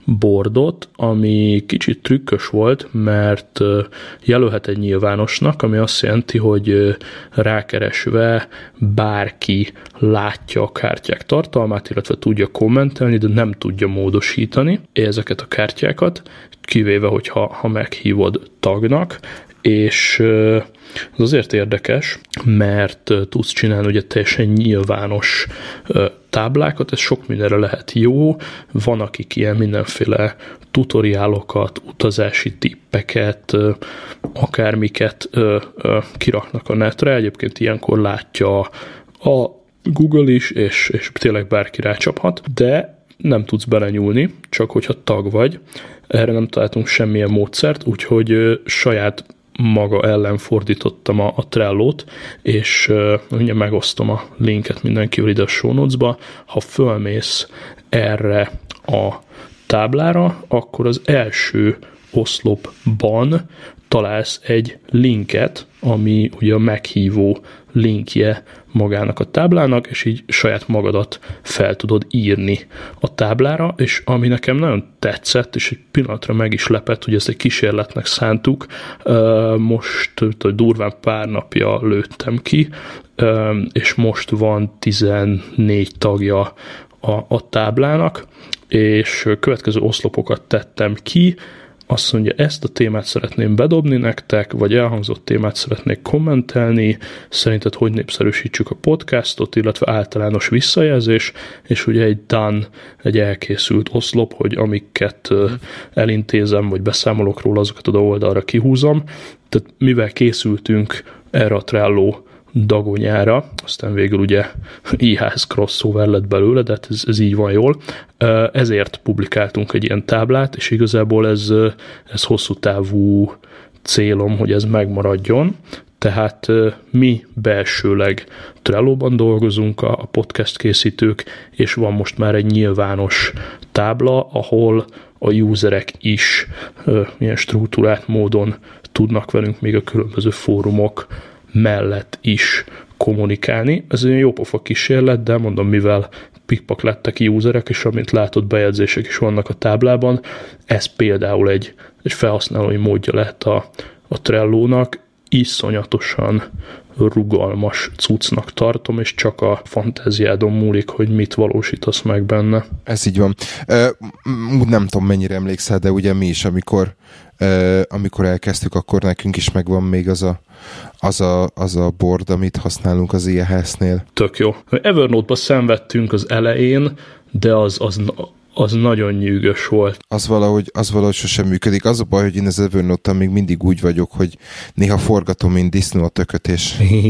boardot, ami kicsit trükkös volt, mert jelölhet egy nyilvánosnak, ami azt jelenti, hogy rákeresve bárki látja a kártyák tartalmát, illetve tudja kommentelni, de nem tudja módosítani ezeket a kártyákat, kivéve, hogyha meghívod tagnak, és ez azért érdekes, mert tudsz csinálni ugye teljesen nyilvános táblákat, ez sok mindenre lehet jó, van akik ilyen mindenféle tutoriálokat, utazási tippeket, akármiket kiraknak a netre, egyébként ilyenkor látja a Google is, és tényleg bárki rácsaphat, de nem tudsz belenyúlni, csak hogyha tag vagy. Erre nem találtunk semmilyen módszert, úgyhogy saját maga ellen fordítottam a Trello-t, és ugye megosztom a linket mindenkivel ide a show notes-ba. Ha fölmész erre a táblára, akkor az első oszlopban találsz egy linket, ami ugye a meghívó linkje magának a táblának, és így saját magadat fel tudod írni a táblára, és ami nekem nagyon tetszett, és egy pillanatra meg is lepett, hogy ezt egy kísérletnek szántuk, most durván pár napja lőttem ki, és most van 14 tagja a táblának, és következő oszlopokat tettem ki. Azt mondja, ezt a témát szeretném bedobni nektek, vagy elhangzott témát szeretnék kommentelni, szerinted hogy népszerűsítsük a podcastot, illetve általános visszajelzés, és ugye egy elkészült oszlop, hogy amiket elintézem, vagy beszámolok róla, azokat oda oldalra kihúzom. Tehát mivel készültünk erre a Trello dagonyára, aztán végül ugye IHS crossover lett belőle, de hát ez így van jól. Ezért publikáltunk egy ilyen táblát, és igazából ez hosszú távú célom, hogy ez megmaradjon. Tehát mi belsőleg Trello-ban dolgozunk, a podcast készítők, és van most már egy nyilvános tábla, ahol a userek is ilyen struktúrált módon tudnak velünk még a különböző fórumok mellett is kommunikálni. Ez egy jópofa kísérlet, de mondom, mivel pikpak lettek userek, és amint látod, bejegyzések is vannak a táblában, ez például egy felhasználói módja lett a Trello-nak, iszonyatosan rugalmas cuccnak tartom, és csak a fantáziádon múlik, hogy mit valósítasz meg benne. Ez így van. Nem tudom, mennyire emlékszel, de ugye mi is, amikor elkezdtük, akkor nekünk is megvan még az a board, amit használunk az IHS-nél. Tök jó. Evernote-ba szenvedtünk az elején, de az nagyon nyűgös volt. Az valahogy sosem működik. Az a baj, hogy én az Evernote-tal még mindig úgy vagyok, hogy néha forgatom, mint disznó a tököt, és...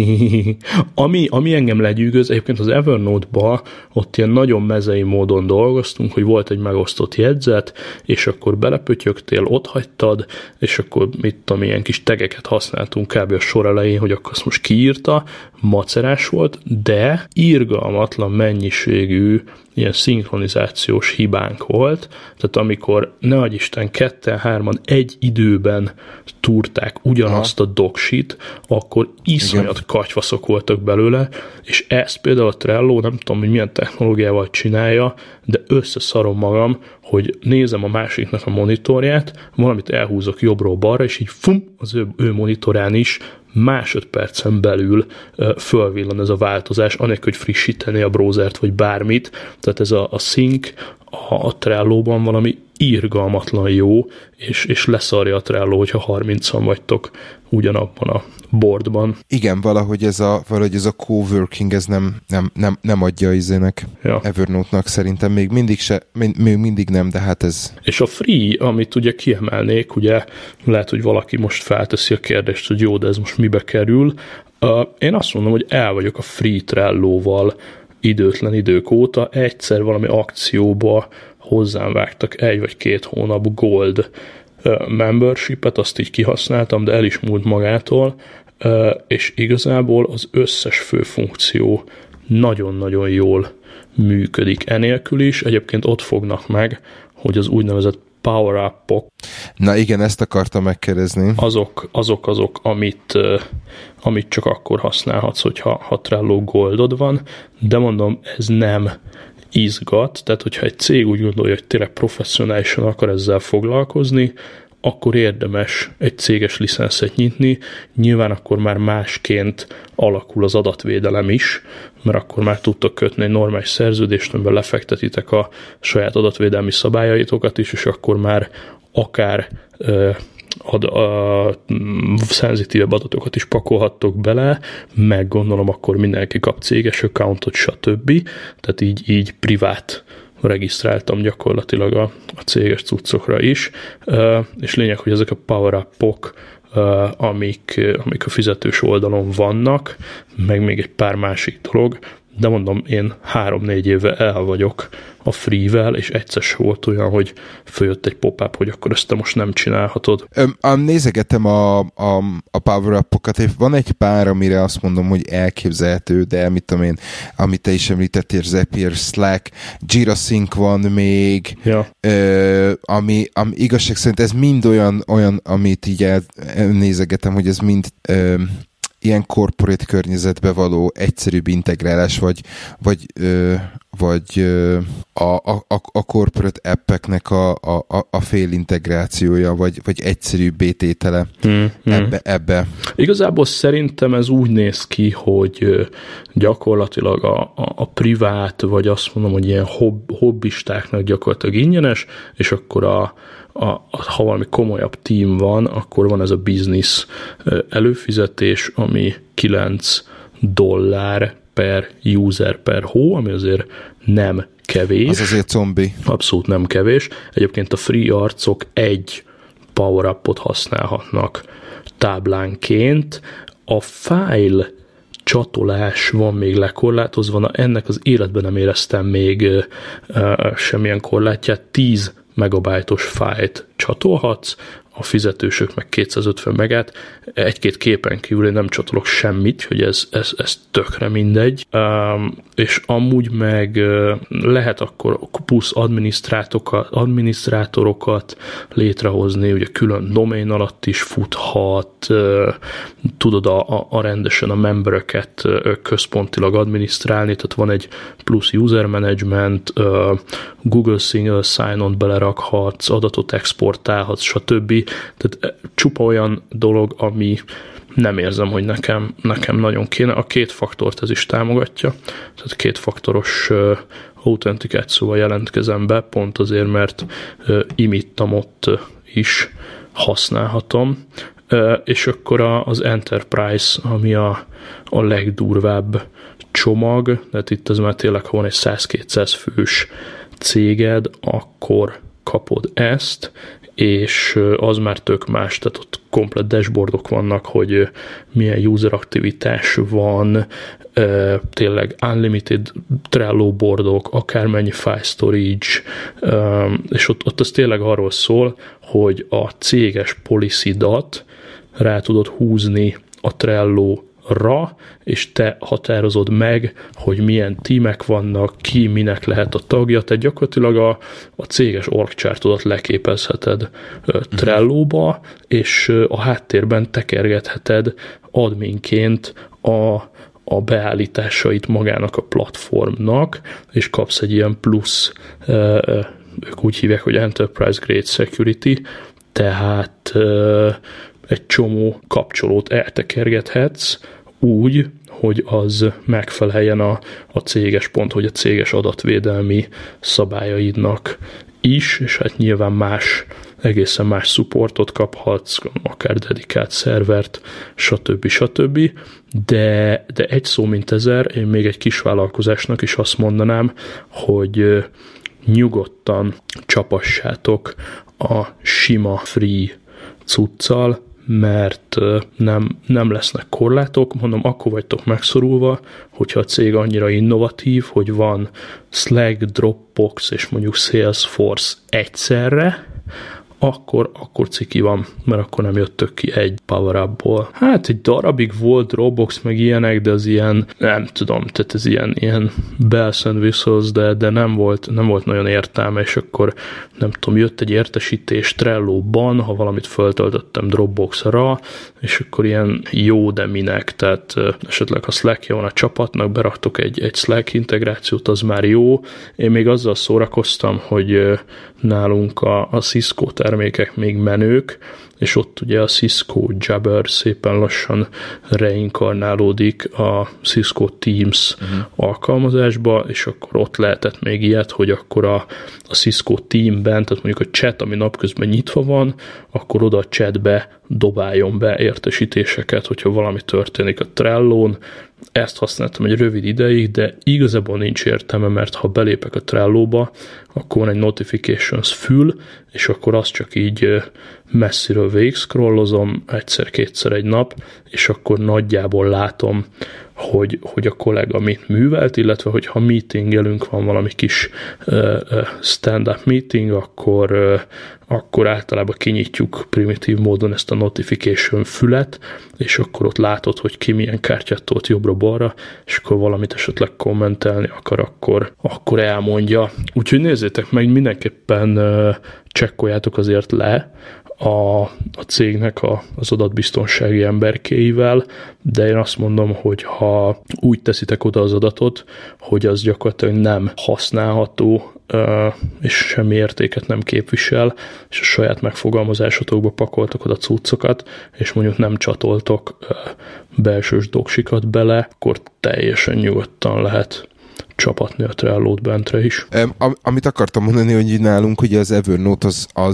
ami engem legyűgöz, egyébként az Evernote-ba ott ilyen nagyon mezei módon dolgoztunk, hogy volt egy megosztott jegyzet, és akkor belepötyögtél, ott hagytad, és akkor ilyen kis tegeket használtunk kb. A sor elején, hogy akkor azt most kiírta, macerás volt, de irgalmatlan mennyiségű ilyen szinkronizációs hibánk volt, tehát amikor ne adj Isten 2-3 egy időben túrták ugyanazt a doksit, akkor iszonyat katyvaszok voltak belőle, és ezt például a Trello, nem tudom, hogy milyen technológiával csinálja, de összeszarom magam, hogy nézem a másiknak a monitorját, valamit elhúzok jobbról balra, és így az ő monitorán is másodpercen belül fölvillan ez a változás, anélkül, hogy frissíteni a browsert, vagy bármit. Tehát ez a sync a Trello-ban valami irgalmatlan jó, és leszarja a Trello, hogyha 30-an vagytok ugyanabban a boardban. Igen, valahogy ez a coworking, ez nem adja izének, Evernote-nak szerintem még mindig nem, de hát ez... És a free, amit ugye kiemelnék, ugye lehet, hogy valaki most felteszi a kérdést, hogy jó, de ez most mibe kerül. Én azt mondom, hogy el vagyok a free Trello-val időtlen idők óta, egyszer valami akcióba hozzám vágtak 1 vagy 2 hónap gold membership-et, azt így kihasználtam, de el is múlt magától, és igazából az összes fő funkció nagyon-nagyon jól működik enélkül is. Egyébként ott fognak meg, hogy az úgynevezett power-up-ok. Na igen, ezt akartam megkérdezni. Azok amit csak akkor használhatsz, hogyha Trello Goldod van, de mondom, ez nem izgat, tehát hogyha egy cég úgy gondolja, hogy tényleg professzionálisan akar ezzel foglalkozni, akkor érdemes egy céges licenszet nyitni, nyilván akkor már másként alakul az adatvédelem is, mert akkor már tudtok kötni egy normális szerződést, amiben lefektetitek a saját adatvédelmi szabályaitokat is, és akkor már akár szenzitívebb adatokat is pakolhattok bele, meg gondolom akkor mindenki kap céges accountot, stb. Tehát így privát regisztráltam gyakorlatilag a céges cuccokra is, és lényeg, hogy ezek a power-up-ok, amik a fizetős oldalon vannak, meg még egy pár másik dolog, de mondom, én 3-4 éve el vagyok a free-vel, és egyszer se volt olyan, hogy följött egy pop-up, hogy akkor ezt te most nem csinálhatod. Nézegetem a power-up-okat, és van egy pár, amire azt mondom, hogy elképzelhető, de mit tudom én, amit te is említettél, Zapier, Slack, Jira Sync van még, ja. Ami igazság szerint ez mind olyan amit így nézegetem, hogy ez mind ilyen corporate környezetbe való egyszerűbb integrálás, vagy a corporate appeknek a fél integrációja, vagy egyszerűbb bététele ebbe. Igazából szerintem ez úgy néz ki, hogy gyakorlatilag a privát, vagy azt mondom, hogy ilyen hobbistáknak gyakorlatilag ingyenes, és akkor ha valami komolyabb team van, akkor van ez a business előfizetés, ami $9 per user per hó, ami azért nem kevés. Az azért zombi. Abszolút nem kevés. Egyébként a free arcok egy power-upot használhatnak táblánként. A file csatolás van még lekorlátozva, ennek az életben nem éreztem még semmilyen korlátját. 10 megabájtos fájlt csatolhatsz, a fizetősök meg 250 megát, egy-két képen kívül én nem csatolok semmit, hogy ez tökre mindegy, és amúgy meg lehet akkor plusz adminisztrátorokat létrehozni, ugye külön domain alatt is futhat, tudod rendesen a membereket központilag adminisztrálni, tehát van egy plusz user management, Google Single Sign-on belerakhatsz, adatot exportálhatsz, stb. Tehát csupa olyan dolog, ami nem érzem, hogy nekem nagyon kéne. A 2 faktort ez is támogatja, tehát 2 faktoros autentikációval jelentkezem be, pont azért, mert imittamot is használhatom, és akkor az Enterprise, ami a legdurvább csomag, tehát itt az már tényleg, ha van egy 100-200 fős céged, akkor kapod ezt, és az már tök más, tehát ott komplet dashboardok vannak, hogy milyen user aktivitás van, tényleg unlimited Trello boardok, akármennyi file storage, és ott az tényleg arról szól, hogy a céges policy-dat rá tudod húzni a Trello-ra, és te határozod meg, hogy milyen tímek vannak, ki minek lehet a tagja, tehát gyakorlatilag a céges org chartodat leképezheted Trello-ba, és a háttérben tekergetheted adminként a beállításait magának a platformnak, és kapsz egy ilyen plusz, ők úgy hívják, hogy Enterprise Grade Security, tehát egy csomó kapcsolót eltekergethetsz úgy, hogy az megfeleljen a céges pont, hogy a céges adatvédelmi szabályaidnak is, és hát nyilván egészen más supportot kaphatsz, akár dedikált szervert, stb. De egy szó mint ezer, én még egy kis vállalkozásnak is azt mondanám, hogy nyugodtan csapassátok a sima free cuccal, mert nem lesznek korlátok, mondom, akkor vagytok megszorulva, hogyha a cég annyira innovatív, hogy van Slack, Dropbox és mondjuk Salesforce egyszerre, akkor ciki van, mert akkor nem jöttök ki egy power-upból. Hát egy darabig volt Dropbox meg ilyenek, de az ilyen, nem tudom, tehát ez ilyen bells and whistles, de nem volt nagyon értelme, és akkor nem tudom, jött egy értesítés Trello-ban, ha valamit föltöltöttem Dropbox-ra, és akkor ilyen jó, de minek, tehát esetleg ha Slack-ja van a csapatnak, beraktok egy Slack integrációt, az már jó. Én még azzal szórakoztam, hogy nálunk a Cisco termékek még menők, és ott ugye a Cisco Jabber szépen lassan reinkarnálódik a Cisco Teams alkalmazásba, és akkor ott lehetett még ilyet, hogy akkor a Cisco Teamben, tehát mondjuk a chat, ami napközben nyitva van, akkor oda a chatbe dobáljon be értesítéseket, hogyha valami történik a Trellón. Ezt használtam egy rövid ideig, de igazából nincs értelme, mert ha belépek a Trello-ba, akkor van egy notifications fül, és akkor azt csak így messziről végig-scrollozom egyszer-kétszer egy nap, és akkor nagyjából látom, hogy a kollega mit művelt, illetve hogyha meetingelünk, van valami kis stand-up meeting, akkor általában kinyitjuk primitív módon ezt a notification fület, és akkor ott látod, hogy ki milyen kártyát tolt jobbra-balra, és akkor valamit esetleg kommentelni akar, akkor elmondja. Úgyhogy nézzétek meg, mindenképpen csekkoljátok azért le a cégnek az adatbiztonsági emberkéivel, de én azt mondom, hogy ha úgy teszitek oda az adatot, hogy az gyakorlatilag nem használható, és semmi értéket nem képvisel, és a saját megfogalmazásotokba pakoltok oda cuccokat, és mondjuk nem csatoltok belsős doksikat bele, akkor teljesen nyugodtan lehet csapatni a Trello-t bentre is. Amit akartam mondani, hogy nálunk ugye az Evernote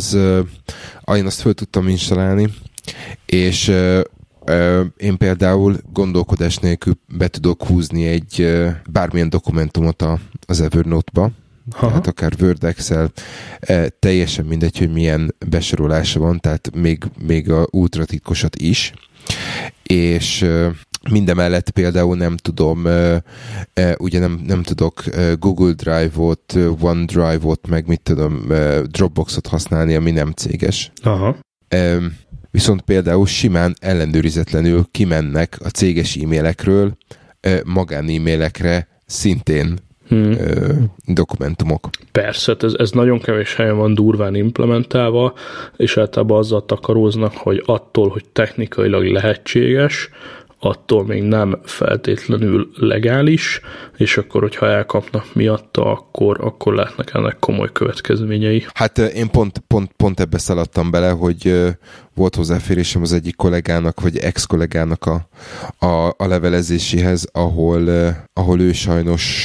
én azt föl tudtam installálni, és én például gondolkodás nélkül be tudok húzni egy bármilyen dokumentumot az Evernote-ba, tehát akár Word, Excel, teljesen mindegy, hogy milyen besorolása van, tehát még a ultra titkosat is, és mindemellett például nem tudom, ugye nem tudok Google Drive-ot, OneDrive-ot, meg mit tudom, Dropboxot használni, ami nem céges. Aha. Viszont például simán ellenőrizetlenül kimennek a céges e-mailekről magán e-mailekre szintén dokumentumok. Persze, ez nagyon kevés helyen van durván implementálva, és általában azzal takaróznak, hogy attól, hogy technikailag lehetséges, attól még nem feltétlenül legális, és akkor, hogyha elkapnak miatta, akkor lehetnek ennek komoly következményei. Hát én pont ebbe szaladtam bele, hogy volt hozzáférésem az egyik kollégának, vagy ex-kollégának a levelezéséhez, ahol ő sajnos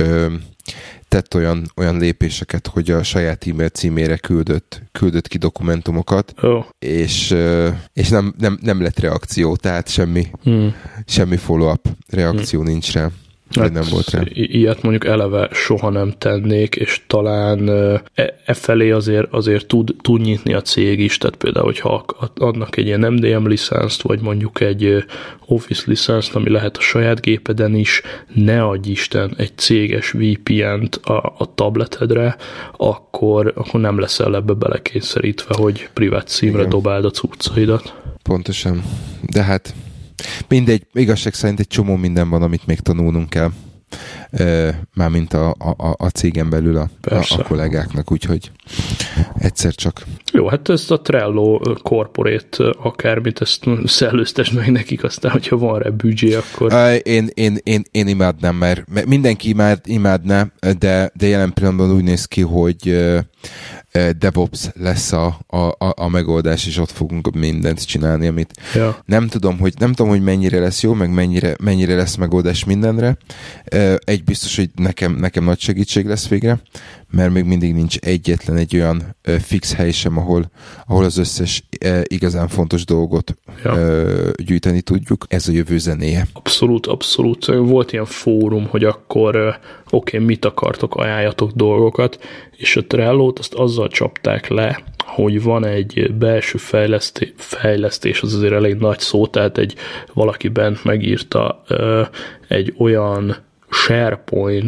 tett olyan lépéseket, hogy a saját e-mail címére küldött ki dokumentumokat, és nem lett reakció, tehát semmi follow-up reakció nincs rá. Hát nem volt rá. Ilyet mondjuk eleve soha nem tennék, és talán felé azért tud nyitni a cég is, tehát például, hogyha adnak egy ilyen MDM licenszt, vagy mondjuk egy Office licenszt, ami lehet a saját gépeden is, ne adj Isten egy céges VPN-t a tabletedre, akkor nem leszel ebbe belekényszerítve, hogy privát címre dobáld a cuccaidat. Pontosan. De hát mindegy, igazság szerint egy csomó minden van, amit még tanulnunk kell. Mármint a cégen belül a kollégáknak, úgyhogy egyszer csak. Jó, hát ezt a Trello Corporate akármit, ezt szellőztesd meg nekik, aztán, hogyha van rá büdzsé, akkor... Én imádnám, mert mindenki imádná, de jelen pillanatban úgy néz ki, hogy DevOps lesz a megoldás, és ott fogunk mindent csinálni, amit nem tudom, hogy mennyire lesz jó, meg mennyire lesz megoldás mindenre. Egy biztos, hogy nekem nagy segítség lesz végre, mert még mindig nincs egyetlen egy olyan fix hely sem, ahol az összes igazán fontos dolgot gyűjteni tudjuk. Ez a jövő zenéje. Abszolút. Volt ilyen fórum, hogy akkor mit akartok, ajánljatok dolgokat, és a Trello-t azt azzal csapták le, hogy van egy belső fejlesztés, az azért elég nagy szó, tehát valaki bent megírta egy olyan SharePoint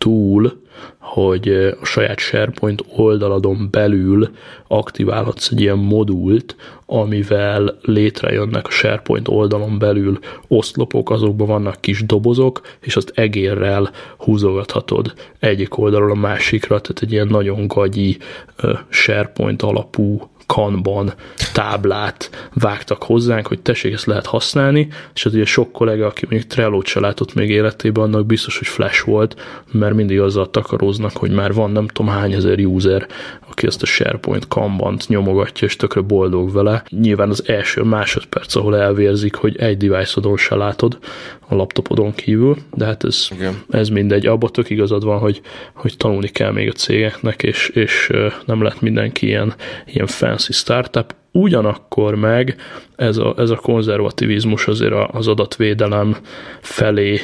túl, hogy a saját SharePoint oldaladon belül aktiválhatsz egy ilyen modult, amivel létrejönnek a SharePoint oldalon belül oszlopok, azokban vannak kis dobozok, és azt egérrel húzogathatod egyik oldalról a másikra, tehát egy ilyen nagyon gagyi SharePoint alapú Kanban táblát vágtak hozzánk, hogy tessék, ezt lehet használni, és az ugye sok kollega, aki mondjuk Trello-t se látott még életében, annak biztos, hogy flash volt, mert mindig azzal takaróznak, hogy már van nem tudom hány ezer user, aki ezt a SharePoint Kanbant nyomogatja, és tökre boldog vele. Nyilván az első másodperc, ahol elvérzik, hogy egy device-odon se látod a laptopodon kívül, de hát ez mindegy. Abban tök igazad van, hogy tanulni kell még a cégeknek, és nem lett mindenki ilyen fancy startup. Ugyanakkor meg ez a konzervativizmus azért az adatvédelem felé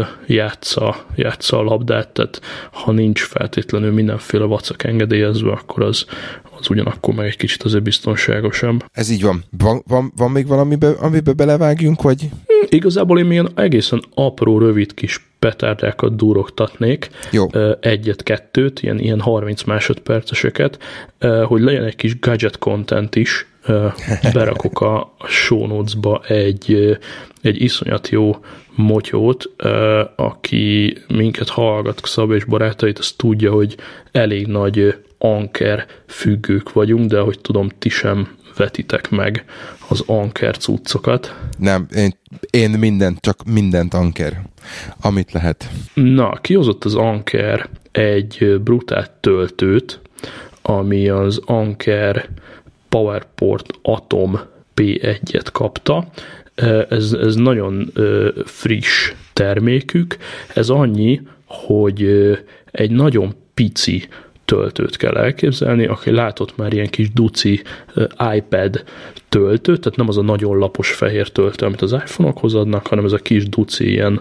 játsza a labdát, tehát ha nincs feltétlenül mindenféle vacak engedélyezve, akkor az ugyanakkor meg egy kicsit azért biztonságosabb. Ez így van. Van még amiben belevágjunk, vagy? Igazából én ilyen egészen apró, rövid kis petárdákat durogtatnék. Jó. Egyet-kettőt, ilyen 30 másodperceseket, hogy legyen egy kis gadget content is. Berakok a show notes-ba egy iszonyat jó motyót, aki minket hallgat, Szabé és barátait, azt tudja, hogy elég nagy Anker függők vagyunk, de ahogy tudom, ti sem vetitek meg az Anker cuccokat. Nem, én csak mindent Anker, amit lehet. Na, kihozott az Anker egy brutál töltőt, ami az Anker PowerPort Atom P1-et kapta. Ez nagyon friss termékük. Ez annyi, hogy egy nagyon pici töltőt kell elképzelni, aki látott már ilyen kis duci iPad töltőt, tehát nem az a nagyon lapos fehér töltő, amit az iPhone-okhoz adnak, hanem ez a kis duci ilyen,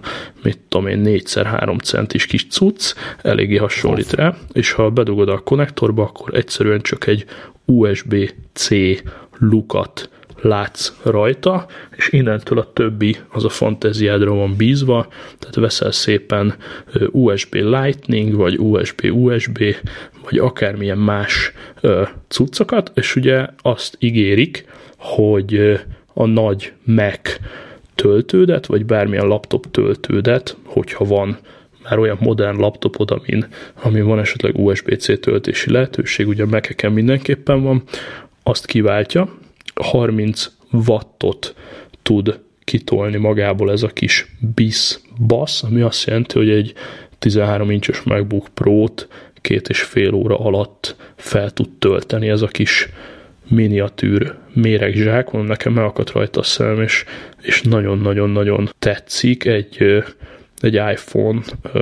4x3 centis kis cucc, eléggé hasonlít rá, és ha bedugod a konnektorba, akkor egyszerűen csak egy USB-C lukat látsz rajta, és innentől a többi az a fantáziádra van bízva, tehát veszel szépen USB Lightning, vagy USB, vagy akármilyen más cuccokat, és ugye azt ígérik, hogy a nagy Mac töltődet, vagy bármilyen laptop töltődet, hogyha van már olyan modern laptopod, amin van esetleg USB-C töltési lehetőség, ugye a Mac-eken mindenképpen van, azt kiváltja, 30 wattot tud kitolni magából ez a kis BIS, ami azt jelenti, hogy egy 13 incses MacBook Pro-t 2,5 óra alatt fel tud tölteni ez a kis miniatűr méregzsák, mondom, nekem megakadt rajta a szemem, és nagyon-nagyon-nagyon tetszik, egy iPhone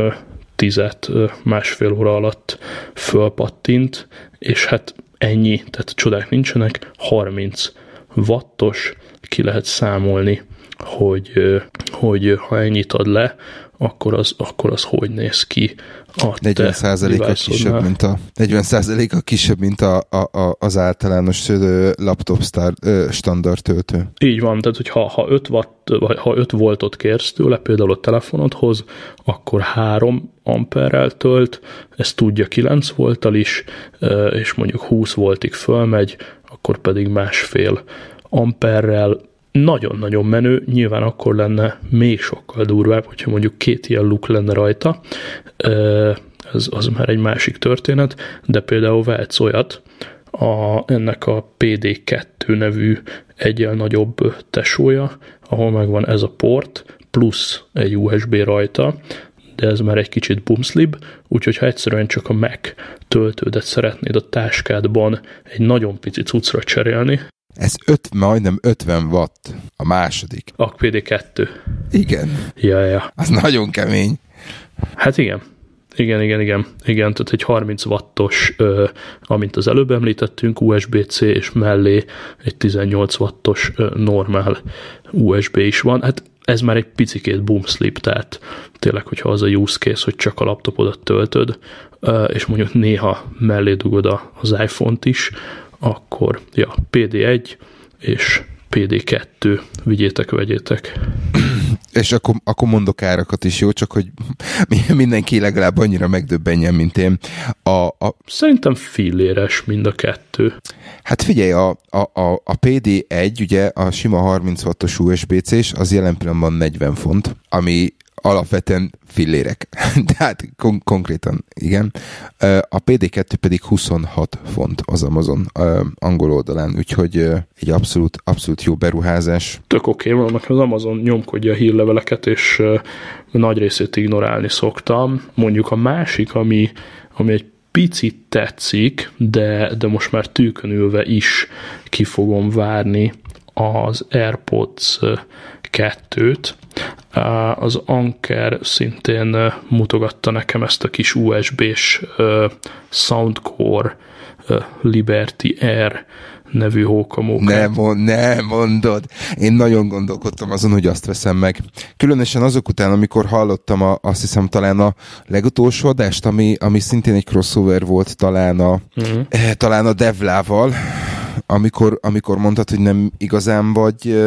10-et másfél óra alatt fölpattint, és hát ennyi, tehát csodák nincsenek, 30 wattos, ki lehet számolni, hogy ha ennyit ad le, akkor az hogy néz ki a 40%-a kisebb, mint az általános laptop standard töltő. Így van, tehát hogy ha 5 voltot kérsz tőle, például a telefonodhoz, akkor 3 amperrel tölt, ez tudja 9 volttal is, és mondjuk 20 voltig fölmegy, akkor pedig 1,5 amperrel. Nagyon-nagyon menő, nyilván akkor lenne még sokkal durvább, hogyha mondjuk 2 ilyen luk lenne rajta, az már egy másik történet, de például vehetsz olyat, ennek a PD2 nevű egyel nagyobb tesója, ahol megvan ez a port, plusz egy USB rajta, de ez már egy kicsit bumszlibb, úgyhogy ha egyszerűen csak a Mac töltődet szeretnéd a táskádban egy nagyon pici cuccra cserélni, ez majdnem 50 watt a második. A PD2. Igen. Ja. Az nagyon kemény. Hát igen. Igen, tehát egy 30 wattos, amint az előbb említettünk, USB-C, és mellé egy 18 wattos normál USB is van. Hát ez már egy picikét boomslip, tehát tényleg, hogyha az a use case, hogy csak a laptopodat töltöd, és mondjuk néha mellé dugod az iPhone-t is, akkor PD1 és PD2 vigyétek, vegyétek. És akkor mondok árakat is, jó? Csak hogy mindenki legalább annyira megdöbbenjen, mint én. Szerintem filléres mind a kettő. Hát figyelj, a PD1, ugye a sima 30 wattos USB-C-s, az jelen pillanatban 40 font, ami alapvetően fillérek. Tehát konkrétan, igen. A PD2 pedig 26 font az Amazon angol oldalán, úgyhogy egy abszolút jó beruházás. Tök oké, mert az Amazon nyomkodja a hírleveleket, és nagy részét ignorálni szoktam. Mondjuk a másik, ami egy picit tetszik, de most már tűkön ülve is ki fogom várni az AirPods 2-t. Az Anker szintén mutogatta nekem ezt a kis USB-s Soundcore Liberty Air nevű hókamókát. Ne mondod. Én nagyon gondolkodtam azon, hogy azt veszem meg. Különösen azok után, amikor hallottam azt hiszem talán a legutolsó adást, ami szintén egy crossover volt talán a Devlával, amikor mondtad, hogy nem igazán vagy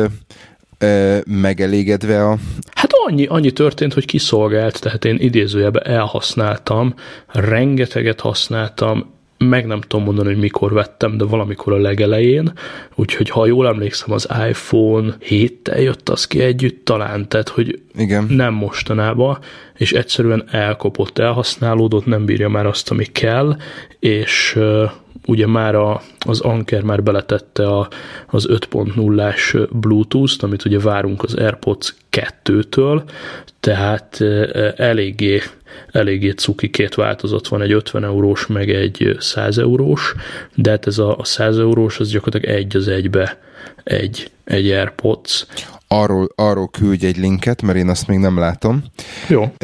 megelégedve a... Hát annyi történt, hogy kiszolgált, tehát én idézőjelben elhasználtam, rengeteget használtam, meg nem tudom mondani, hogy mikor vettem, de valamikor a legelején, úgyhogy ha jól emlékszem, az iPhone 7-tel jött az ki együtt talán, tehát hogy igen. Nem mostanában, és egyszerűen elkopott, elhasználódott, nem bírja már azt, ami kell, és ugye már az Anker már beletette az 5.0-ás Bluetooth-t, amit ugye várunk az AirPods 2-től, tehát eléggé cuki két változat van, egy 50 eurós, meg egy 100 eurós, de hát ez a 100 eurós, az gyakorlatilag egy az egybe egy AirPods. Arról küldj egy linket, mert én azt még nem látom. Jó.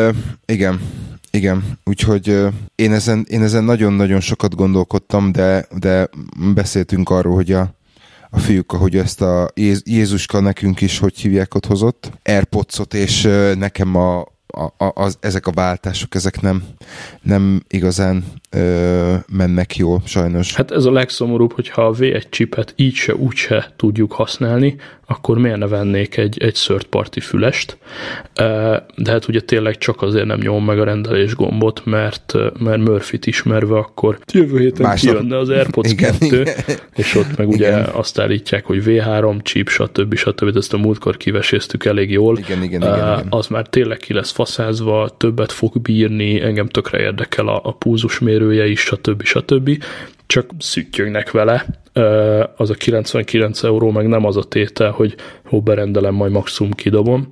Igen, úgyhogy én ezen nagyon-nagyon sokat gondolkodtam, de beszéltünk arról, hogy a fiúk, ahogy ezt a Jézuska nekünk is, hogy hívják, ott hozott AirPods-ot, és nekem ezek a váltások, ezek nem igazán mennek jól, sajnos. Hát ez a legszomorúbb, hogyha a V1 chipet így se, úgy se tudjuk használni, akkor miért ne vennék egy third party fülest, de hát ugye tényleg csak azért nem nyom meg a rendelés gombot, mert Murphy-t ismerve akkor jövő héten kijönne az AirPods 2, és ott meg ugye azt állítják, hogy V3 chip, stb. Ezt a múltkor kiveséztük elég jól. Igen. Az már tényleg ki lesz faszázva, többet fog bírni, engem tökre érdekel a pulzusmérője is, stb. Csak szüttyögnek vele. Az a 99 euró meg nem az a tétel, hogy berendelem, majd maximum kidobom.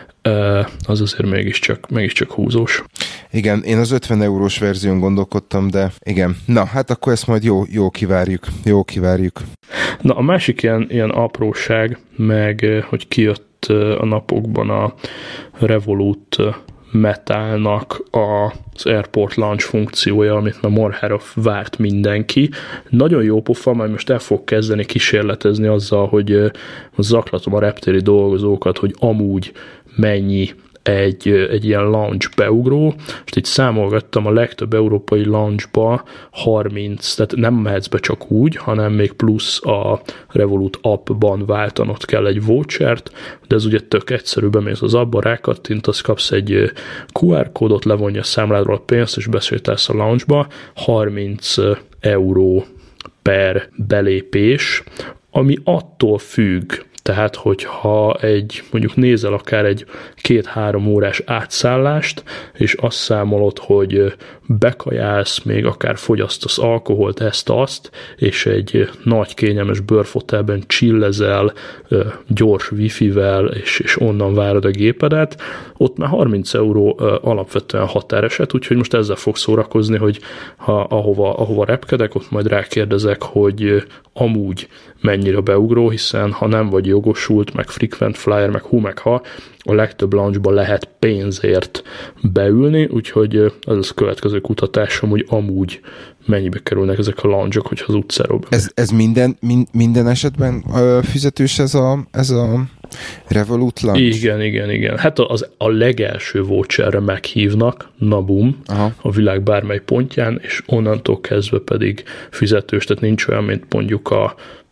Az azért mégiscsak húzós. Igen, én az 50 eurós verzión gondolkodtam, de igen. Na, hát akkor ezt majd jó kivárjuk. Na, a másik ilyen apróság, meg hogy kijött a napokban a Revolut Metalnak az Airport Launch funkciója, amit már marhára várt mindenki. Nagyon jó pofa, majd most el fog kezdeni kísérletezni azzal, hogy zaklatom a reptéri dolgozókat, hogy amúgy mennyi egy ilyen launch beugró, és itt számolgattam, a legtöbb európai launchba 30, tehát nem mehetsz be csak úgy, hanem még plusz a Revolut appban váltanod kell egy vouchert, de ez ugye tök egyszerű, bemész az appba, rákattintasz, kapsz egy QR kódot, levonja a számládról a pénzt, és besétálsz a launchba, 30 euró per belépés, ami attól függ, tehát, hogyha mondjuk nézel akár egy 2-3 órás átszállást, és azt számolod, hogy bekajálsz, még akár fogyasztasz alkoholt, ezt-azt, és egy nagy kényelmes bőrfotelben chillezel, gyors wifi-vel, és onnan várod a gépedet, ott már 30 euró alapvetően határeset, úgyhogy most ezzel fog szórakozni, hogy ahova repkedek, ott majd rákérdezek, hogy amúgy mennyire beugró, hiszen ha nem vagy jogosult, meg frequent flyer, meg hú, meg ha, a legtöbb launchban lehet pénzért beülni, úgyhogy ez a következő kutatásom, hogy amúgy mennyibe kerülnek ezek a launchok, hogyha az utcáról bemegy. Ez minden esetben fizetős ez a Revolut launch? Igen. Hát a legelső voucherre meghívnak, nabum, a világ bármely pontján, és onnantól kezdve pedig fizetős, tehát nincs olyan, mint mondjuk a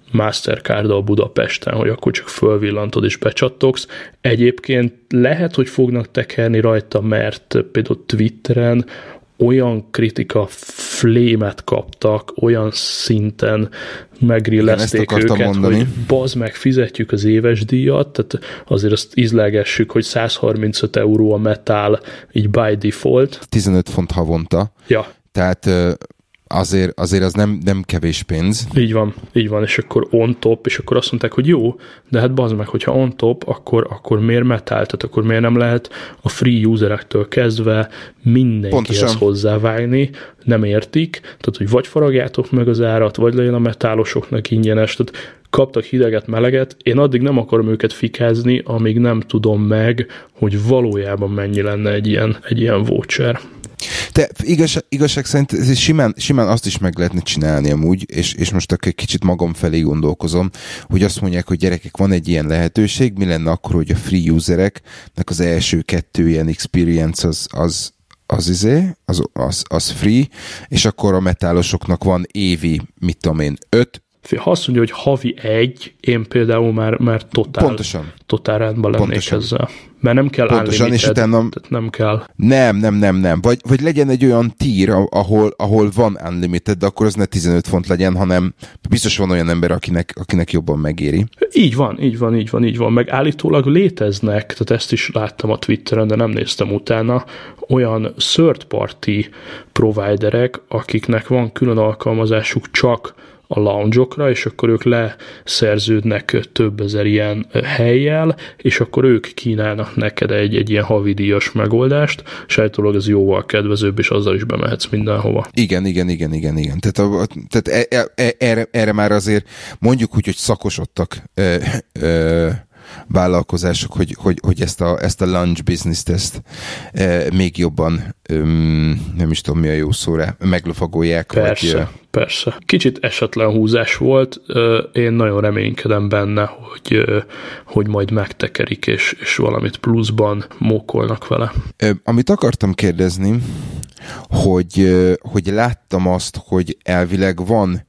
Mastercarddal Budapesten, hogy akkor csak fölvillantod és becsattogsz. Egyébként lehet, hogy fognak tekerni rajta, mert például Twitteren olyan kritika flémet kaptak, olyan szinten megrillezték őket, mondani, hogy bazd meg, fizetjük az éves díjat, tehát azért azt ízlelgessük, hogy 135 € a Metal így by default. 15 font havonta. Ja. Tehát azért az nem kevés pénz. Így van, és akkor on top, és akkor azt mondták, hogy jó, de hát bazd meg, hogyha on top, akkor miért Metal, tehát akkor miért nem lehet a free userektől kezdve mindenkihez hozzávágni, nem értik, tehát hogy vagy faragjátok meg az árat, vagy legyen a metálosoknak ingyenes, tehát kaptak hideget, meleget, én addig nem akarom őket fikázni, amíg nem tudom meg, hogy valójában mennyi lenne egy ilyen voucher. De igazság szerint simán azt is meg lehetne csinálni amúgy, és most akkor egy kicsit magam felé gondolkozom, hogy azt mondják, hogy gyerekek, van egy ilyen lehetőség, mi lenne akkor, hogy a free usereknek az első 2 ilyen experience az free, és akkor a metálosoknak van évi, mit tudom én, 5. Ha azt mondja, hogy havi 1, én például már totál rendben lennék ezzel. Mert nem kell pontosan, és utána, tehát nem kell. Nem. Vagy legyen egy olyan tier, ahol van unlimited, de akkor az ne 15 font legyen, hanem biztos van olyan ember, akinek jobban megéri. Így van. Meg állítólag léteznek, tehát ezt is láttam a Twitteren, de nem néztem utána, olyan third party providerek, akiknek van külön alkalmazásuk csak a lounge-okra, és akkor ők leszerződnek több ezer ilyen helyjel, és akkor ők kínálnak neked egy ilyen havidíjas megoldást, és állítólag ez jóval kedvezőbb, és azzal is bemehetsz mindenhova. Igen. Tehát erre már azért mondjuk úgy, hogy szakosodtak vállalkozások, hogy ezt a lunch business-t ezt még jobban nem is tudom mi a jó szóra, meglofagolják. Persze. Kicsit esetlen húzás volt, én nagyon reménykedem benne, hogy majd megtekerik, és valamit pluszban mókolnak vele. Amit akartam kérdezni, hogy láttam azt, hogy elvileg van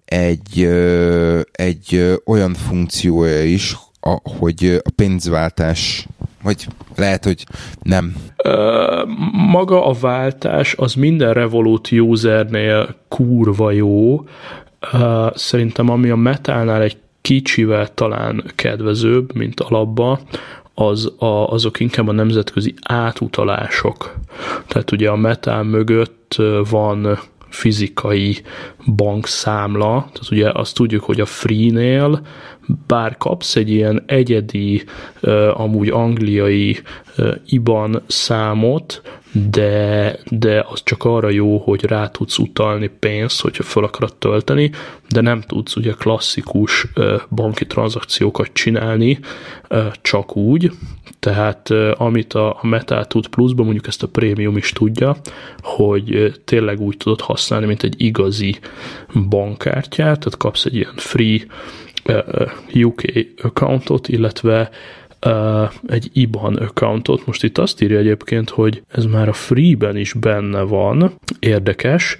egy olyan funkciója is, hogy a pénzváltás, vagy lehet, hogy nem. Maga a váltás az minden Revolut usernél kurva jó. Szerintem ami a Metalnál egy kicsivel talán kedvezőbb, mint alapba, azok inkább a nemzetközi átutalások. Tehát ugye a Metal mögött van fizikai bankszámla, tehát ugye azt tudjuk, hogy a Free-nél bár kapsz egy ilyen egyedi, amúgy angliai IBAN számot, de az csak arra jó, hogy rá tudsz utalni pénzt, hogyha fel akarod tölteni, de nem tudsz ugye klasszikus banki tranzakciókat csinálni csak úgy. Tehát amit a Metal tud pluszban, mondjuk ezt a prémium is tudja, hogy tényleg úgy tudod használni, mint egy igazi bankkártyát, tehát kapsz egy ilyen free UK accountot, illetve egy IBAN accountot. Most itt azt írja egyébként, hogy ez már a Free-ben is benne van. Érdekes,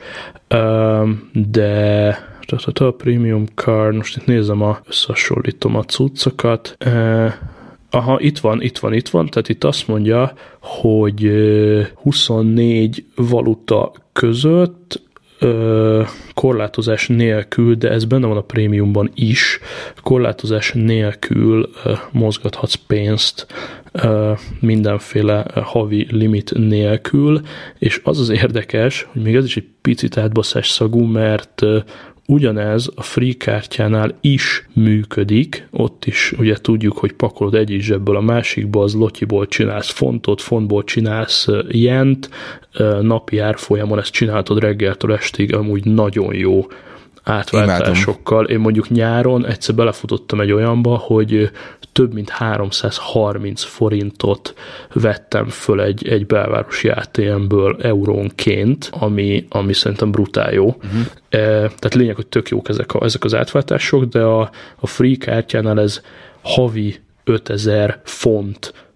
de a Premium Card, most itt nézem, összehasonlítom a cuccokat. Aha, itt van, tehát itt azt mondja, hogy 24 valuta között korlátozás nélkül, de ez benne van a prémiumban is, korlátozás nélkül mozgathatsz pénzt mindenféle havi limit nélkül, és az érdekes, hogy még ez is egy picit átbaszás szagú, mert ugyanez a Free kártyánál is működik, ott is ugye tudjuk, hogy pakolod egyik zsebből a másikba, az lotyiból csinálsz fontot, fontból csinálsz jent, napi árfolyamon ezt csináltod reggeltől estig, amúgy nagyon jó átváltásokkal. Imádom. Én mondjuk nyáron egyszer belefutottam egy olyanba, hogy több mint 330 forintot vettem föl egy belvárosi ATM-ből eurónként, ami szerintem brutál jó. Uh-huh. Tehát lényeg, hogy tök jók ezek az átváltások, de a Free kártyánál ez havi 5000 font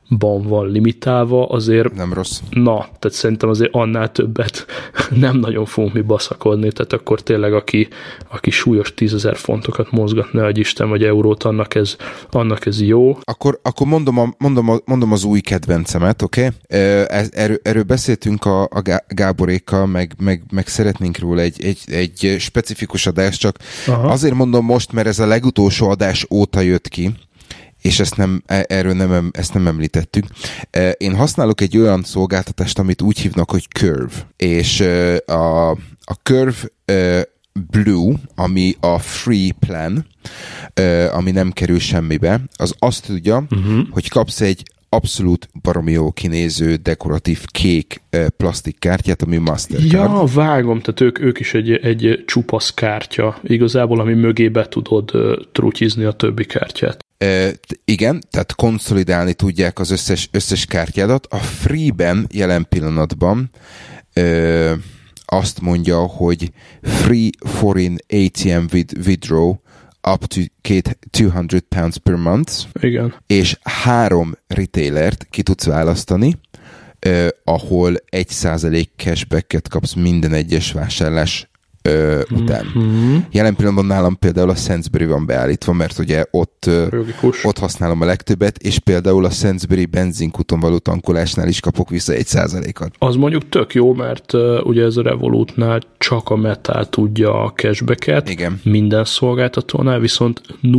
van limitálva, azért nem rossz. Na, tehát szerintem azért annál többet nem nagyon fogunk mi baszakodni, tehát akkor tényleg aki súlyos 10 000 fontokat mozgat, ne adj Isten, vagy eurót, annak ez jó. Akkor mondom az új kedvencemet, oké? Okay? Erről beszéltünk a Gáborékkal, meg szeretnénk róla egy specifikus adást, csak azért mondom most, mert ez a legutolsó adás óta jött ki, és ezt nem említettük. Én használok egy olyan szolgáltatást, amit úgy hívnak, hogy Curve. És a Curve Blue, ami a free plan, ami nem kerül semmibe, az azt tudja, hogy kapsz egy abszolút baromi jó kinéző, dekoratív kék plastikkártyát, ami Mastercard. Ja, vágom, tehát ők is egy csupasz kártya, igazából, ami mögé be tudod trutyizni a többi kártyát. Igen, tehát konszolidálni tudják az összes kártyádat. A free-ben jelen pillanatban azt mondja, hogy free foreign ATM withdraw up to £200 per month. Igen. És 3 retailert ki tudsz választani, ahol 1% cashbacket kapsz minden egyes vásárlás után. Jelen pillanatban nálam például a Sainsbury van beállítva, mert ugye ott használom a legtöbbet, és például a Sainsbury benzinkúton való tankolásnál is kapok vissza 1%-at. Az mondjuk tök jó, mert ugye ez a Revolutnál csak a Metal tudja a cashbacket. Igen. Minden szolgáltatónál viszont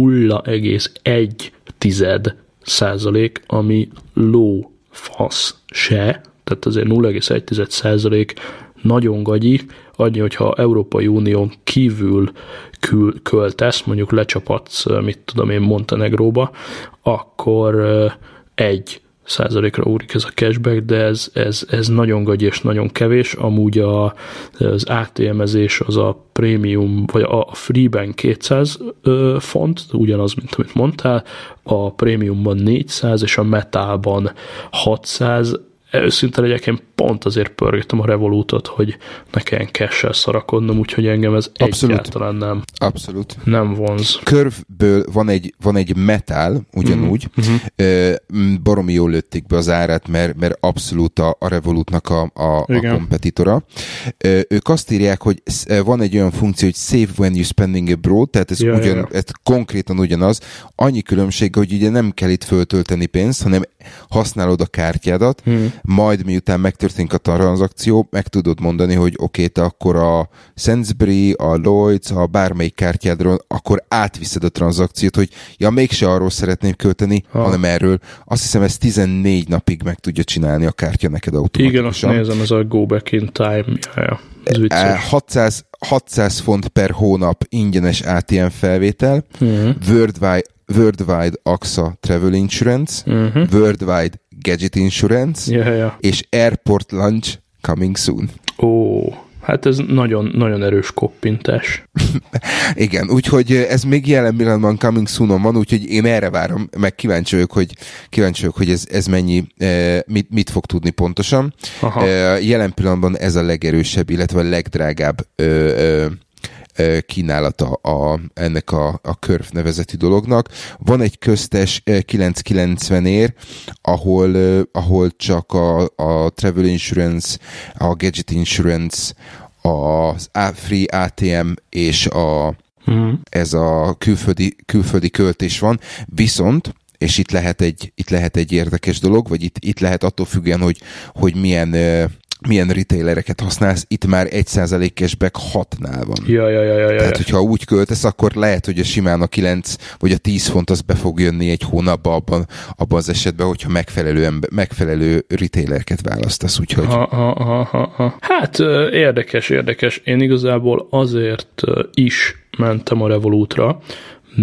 0,1%, ami lófasz se, tehát azért 0,1% nagyon gagyi, annyi, hogyha Európai Unión kívül költesz, mondjuk lecsapatsz, mit tudom én, Montenegróba, akkor 1%-ra úrik ez a cashback, de ez nagyon gagyi és nagyon kevés. Amúgy az ATM-ezés az a prémium, vagy a free-ben 200 font, ugyanaz, mint amit mondtál, a prémiumban 400, és a metalban 600. Őszinte legyek, én pont azért pörgettem a Revolutot, hogy ne kelljen cash-sel szarakodnom, úgyhogy engem ez egyáltalán nem. Abszolút. Nem vonz. Curve-ből van egy metal, ugyanúgy. Baromi jól lőtték be az árát, mert abszolút a Revolutnak a kompetitora. Ők azt írják, hogy van egy olyan funkció, hogy save when you're spending abroad, tehát ez konkrétan ugyanaz. Annyi különbség, hogy ugye nem kell itt föltölteni pénzt, hanem használod a kártyádat, majd miután megtörténik a tranzakció, meg tudod mondani, hogy oké, te akkor a Sainsbury, a Lloyds, a bármelyik kártyádról, akkor átviszed a tranzakciót, hogy ja, mégse arról szeretném költeni, hanem erről. Azt hiszem, ez 14 napig meg tudja csinálni a kártya neked automatikusan. Igen, azt nézem, ez a go back in time. Ja. 600 font per hónap ingyenes ATM felvétel, Worldwide AXA Travel Insurance, Worldwide Gadget Insurance, és Airport Lunch coming soon. Hát ez nagyon, nagyon erős koppintás. Igen, úgyhogy ez még jelen pillanatban coming soon-on van, úgyhogy én erre várom, meg kíváncsi vagyok, hogy ez mennyi, mit fog tudni pontosan. Jelen pillanatban ez a legerősebb, illetve a legdrágább kínálata ennek a Curve nevezetű dolognak. Van egy köztes 990 ahol csak a Travel Insurance, a Gadget Insurance, az Free ATM és ez a külföldi költés van, viszont és itt lehet egy érdekes dolog, vagy itt lehet attól függően, hogy milyen retailereket használsz, itt már 1% cashback 6-nál van. Tehát, hogyha úgy költesz, akkor lehet, hogy a simán a 9 vagy a 10 font az be fog jönni egy hónapban abban az esetben, hogyha megfelelő retailereket választasz, úgyhogy... Hát, érdekes. Én igazából azért is mentem a Revolutra,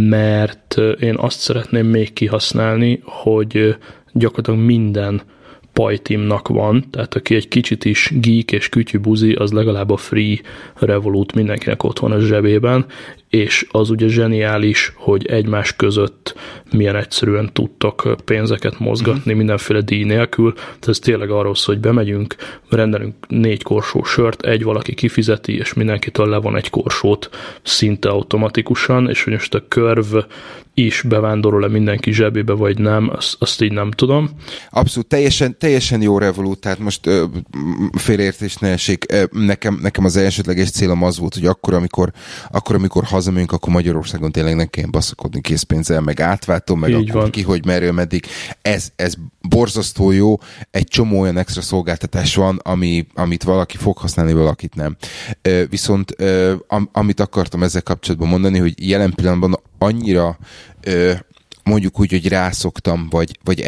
mert én azt szeretném még kihasználni, hogy gyakorlatilag minden pajtimnak van, tehát aki egy kicsit is geek és kütyűbuzi, az legalább a Free Revolut mindenkinek ott van a zsebében, és az ugye zseniális, hogy egymás között milyen egyszerűen tudtok pénzeket mozgatni mindenféle díj nélkül. Tehát ez tényleg arról szól, hogy bemegyünk, rendelünk 4 korsó sört, egy valaki kifizeti, és mindenkitől levon egy korsót szinte automatikusan, és hogy most a Curve is bevándorol-e mindenki zsebébe, vagy nem, azt így nem tudom. Abszolút, teljesen jó Revolut, tehát most félreértés ne essék. Nekem az elsődleges célom az volt, hogy akkor, amikor hazamegyünk, akkor Magyarországon tényleg nem kell baszakodni készpénzzel, meg átváltom, meg így akkor van. ki, hogy merről, meddig. Ez borzasztó jó, egy csomó olyan extra szolgáltatás van, amit valaki fog használni, valakit nem. Viszont amit akartam ezzel kapcsolatban mondani, hogy jelen pillanatban annyira mondjuk úgy, hogy rászoktam, vagy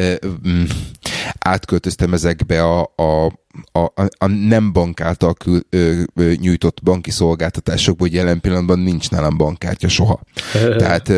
átköltöztem ezekbe a nem bank által nyújtott banki szolgáltatásokba, hogy jelen pillanatban nincs nálam bankkártya soha. Tehát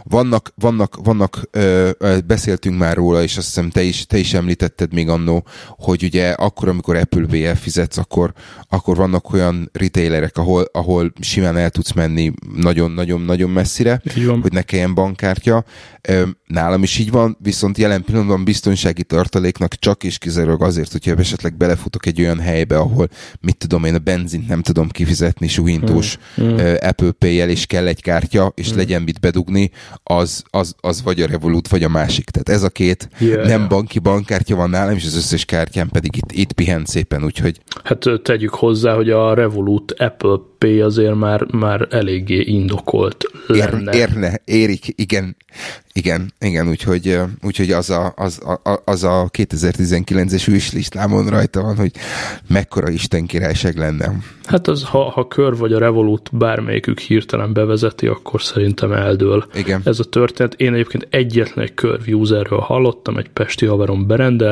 vannak beszéltünk már róla, és azt hiszem te is említetted még annó, hogy ugye akkor, amikor Apple Pay-el fizetsz, akkor vannak olyan retailerek, ahol simán el tudsz menni nagyon-nagyon messzire, hogy ne kelljen bankkártya. Nálam is így van, viszont jelen pillanatban biztonsági tartaléknak csak és kizárólag azért, hogyha esetleg belefutok egy olyan helybe, ahol mit tudom én, a benzint nem tudom kifizetni suhintós Apple Pay-jel, és kell egy kártya, és legyen mit bedugni, az vagy a Revolut, vagy a másik. Tehát ez a két nem banki bankkártya van nálam, és az összes kártyám pedig itt pihent szépen, úgyhogy... Hát tegyük hozzá, hogy a Revolut Apple Pay azért már eléggé indokolt lenne. Érik, igen, úgyhogy az a 2019-es wishlistlámon rajta van, hogy mekkora Isten királyság lenne. Hát az, ha Curve vagy a Revolut bármelyikük hirtelen bevezeti, akkor szerintem eldől. Igen. Ez a történet. Én egyébként egyetlen egy Curve userről hallottam, egy pesti haverom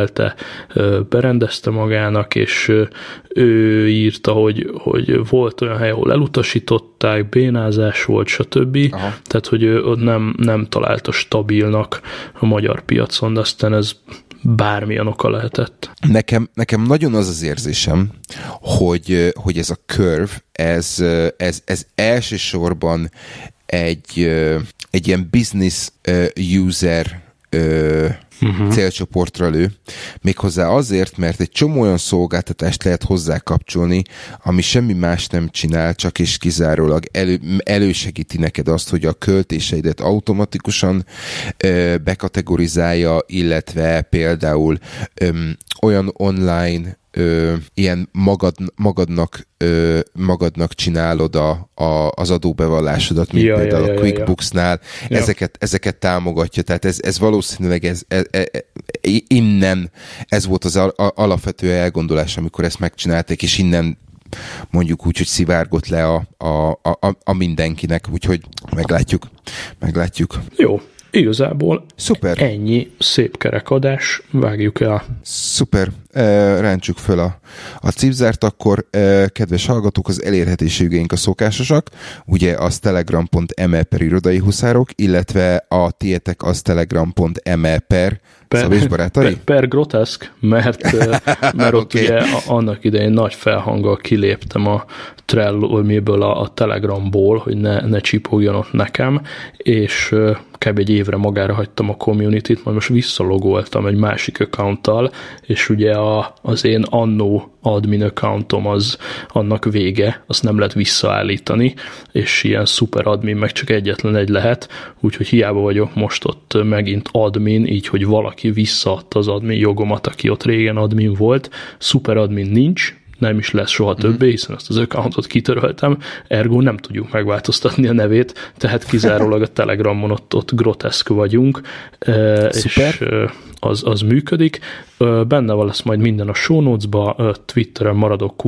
berendezte magának, és ő írta, hogy volt olyan hely, ahol elutasították, bénázás volt, stb. Aha. Tehát, hogy ő ott nem találta stabilnak a magyar piacon, de aztán ez bármilyen oka lehetett. Nekem nagyon az érzésem, hogy ez a Curve, ez elsősorban egy ilyen business user célcsoportra lő. Méghozzá azért, mert egy csomó olyan szolgáltatást lehet hozzá kapcsolni, ami semmi más nem csinál, csak és kizárólag elősegíti neked azt, hogy a költéseidet automatikusan bekategorizálja, illetve például olyan online ilyen magadnak csinálod az adóbevallásodat, mint például a QuickBooks-nál. Ezeket támogatja, tehát ez valószínűleg innen ez volt az alapvető elgondolás, amikor ezt megcsinálták, és innen mondjuk úgy, hogy szivárgott le a mindenkinek, úgyhogy meglátjuk. Jó. Igazából szuper. Ennyi szép kerekadás, vágjuk el. Szuper, rántsuk föl a cipzárt, akkor kedves hallgatók, az elérhetőségeink a szokásosak, ugye az telegram.me/irodai huszárok, illetve a tietek az telegram.me/. Szabés barátai? Per groteszk, mert ott okay. Ugye annak idején nagy felhanggal kiléptem a Trello-méből a Telegramból, hogy ne csipogjon ott nekem, és kb. Egy évre magára hagytam a community-t, majd most visszalogoltam egy másik accounttal, és ugye az én annó admin accountom annak vége, azt nem lehet visszaállítani, és ilyen szuper admin meg csak egyetlen egy lehet, úgyhogy hiába vagyok most ott megint admin, így, hogy valaki visszaadta az admin jogomat, aki ott régen admin volt, szuper admin nincs, nem is lesz soha többé, hiszen ezt az accountot kitöröltem, ergo nem tudjuk megváltoztatni a nevét, tehát kizárólag a Telegramon ott groteszk vagyunk, és az működik. Benne van lesz majd minden a show notes-ba, Twitteren maradok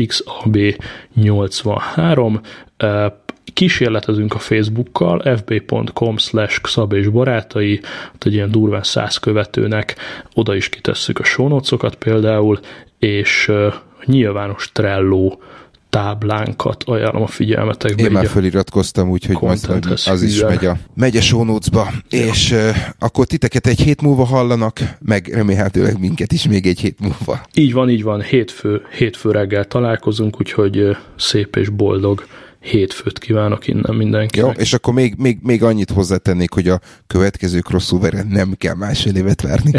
@xab83, kísérletezünk a Facebookkal, fb.com/xabésbarátai, ott egy ilyen durván 100 követőnek oda is kitesszük a show notes-okat például, és nyilvános Trello táblánkat ajánlom a figyelmetekbe. Én már feliratkoztam, úgyhogy majd az is megy a show notes-ba. Ja. És akkor titeket egy hét múlva hallanak, meg remélhetőleg minket is még egy hét múlva. Így van, hétfő reggel találkozunk, úgyhogy szép és boldog hétfőt kívánok innen mindenkinek. Jó, és akkor még annyit hozzátennék, hogy a következő crossoveren nem kell másfél évet várni.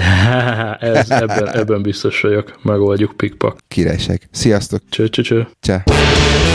Ebben biztos vagyok. Megoldjuk, pikpak. Királyság. Sziasztok! Cső. Csá.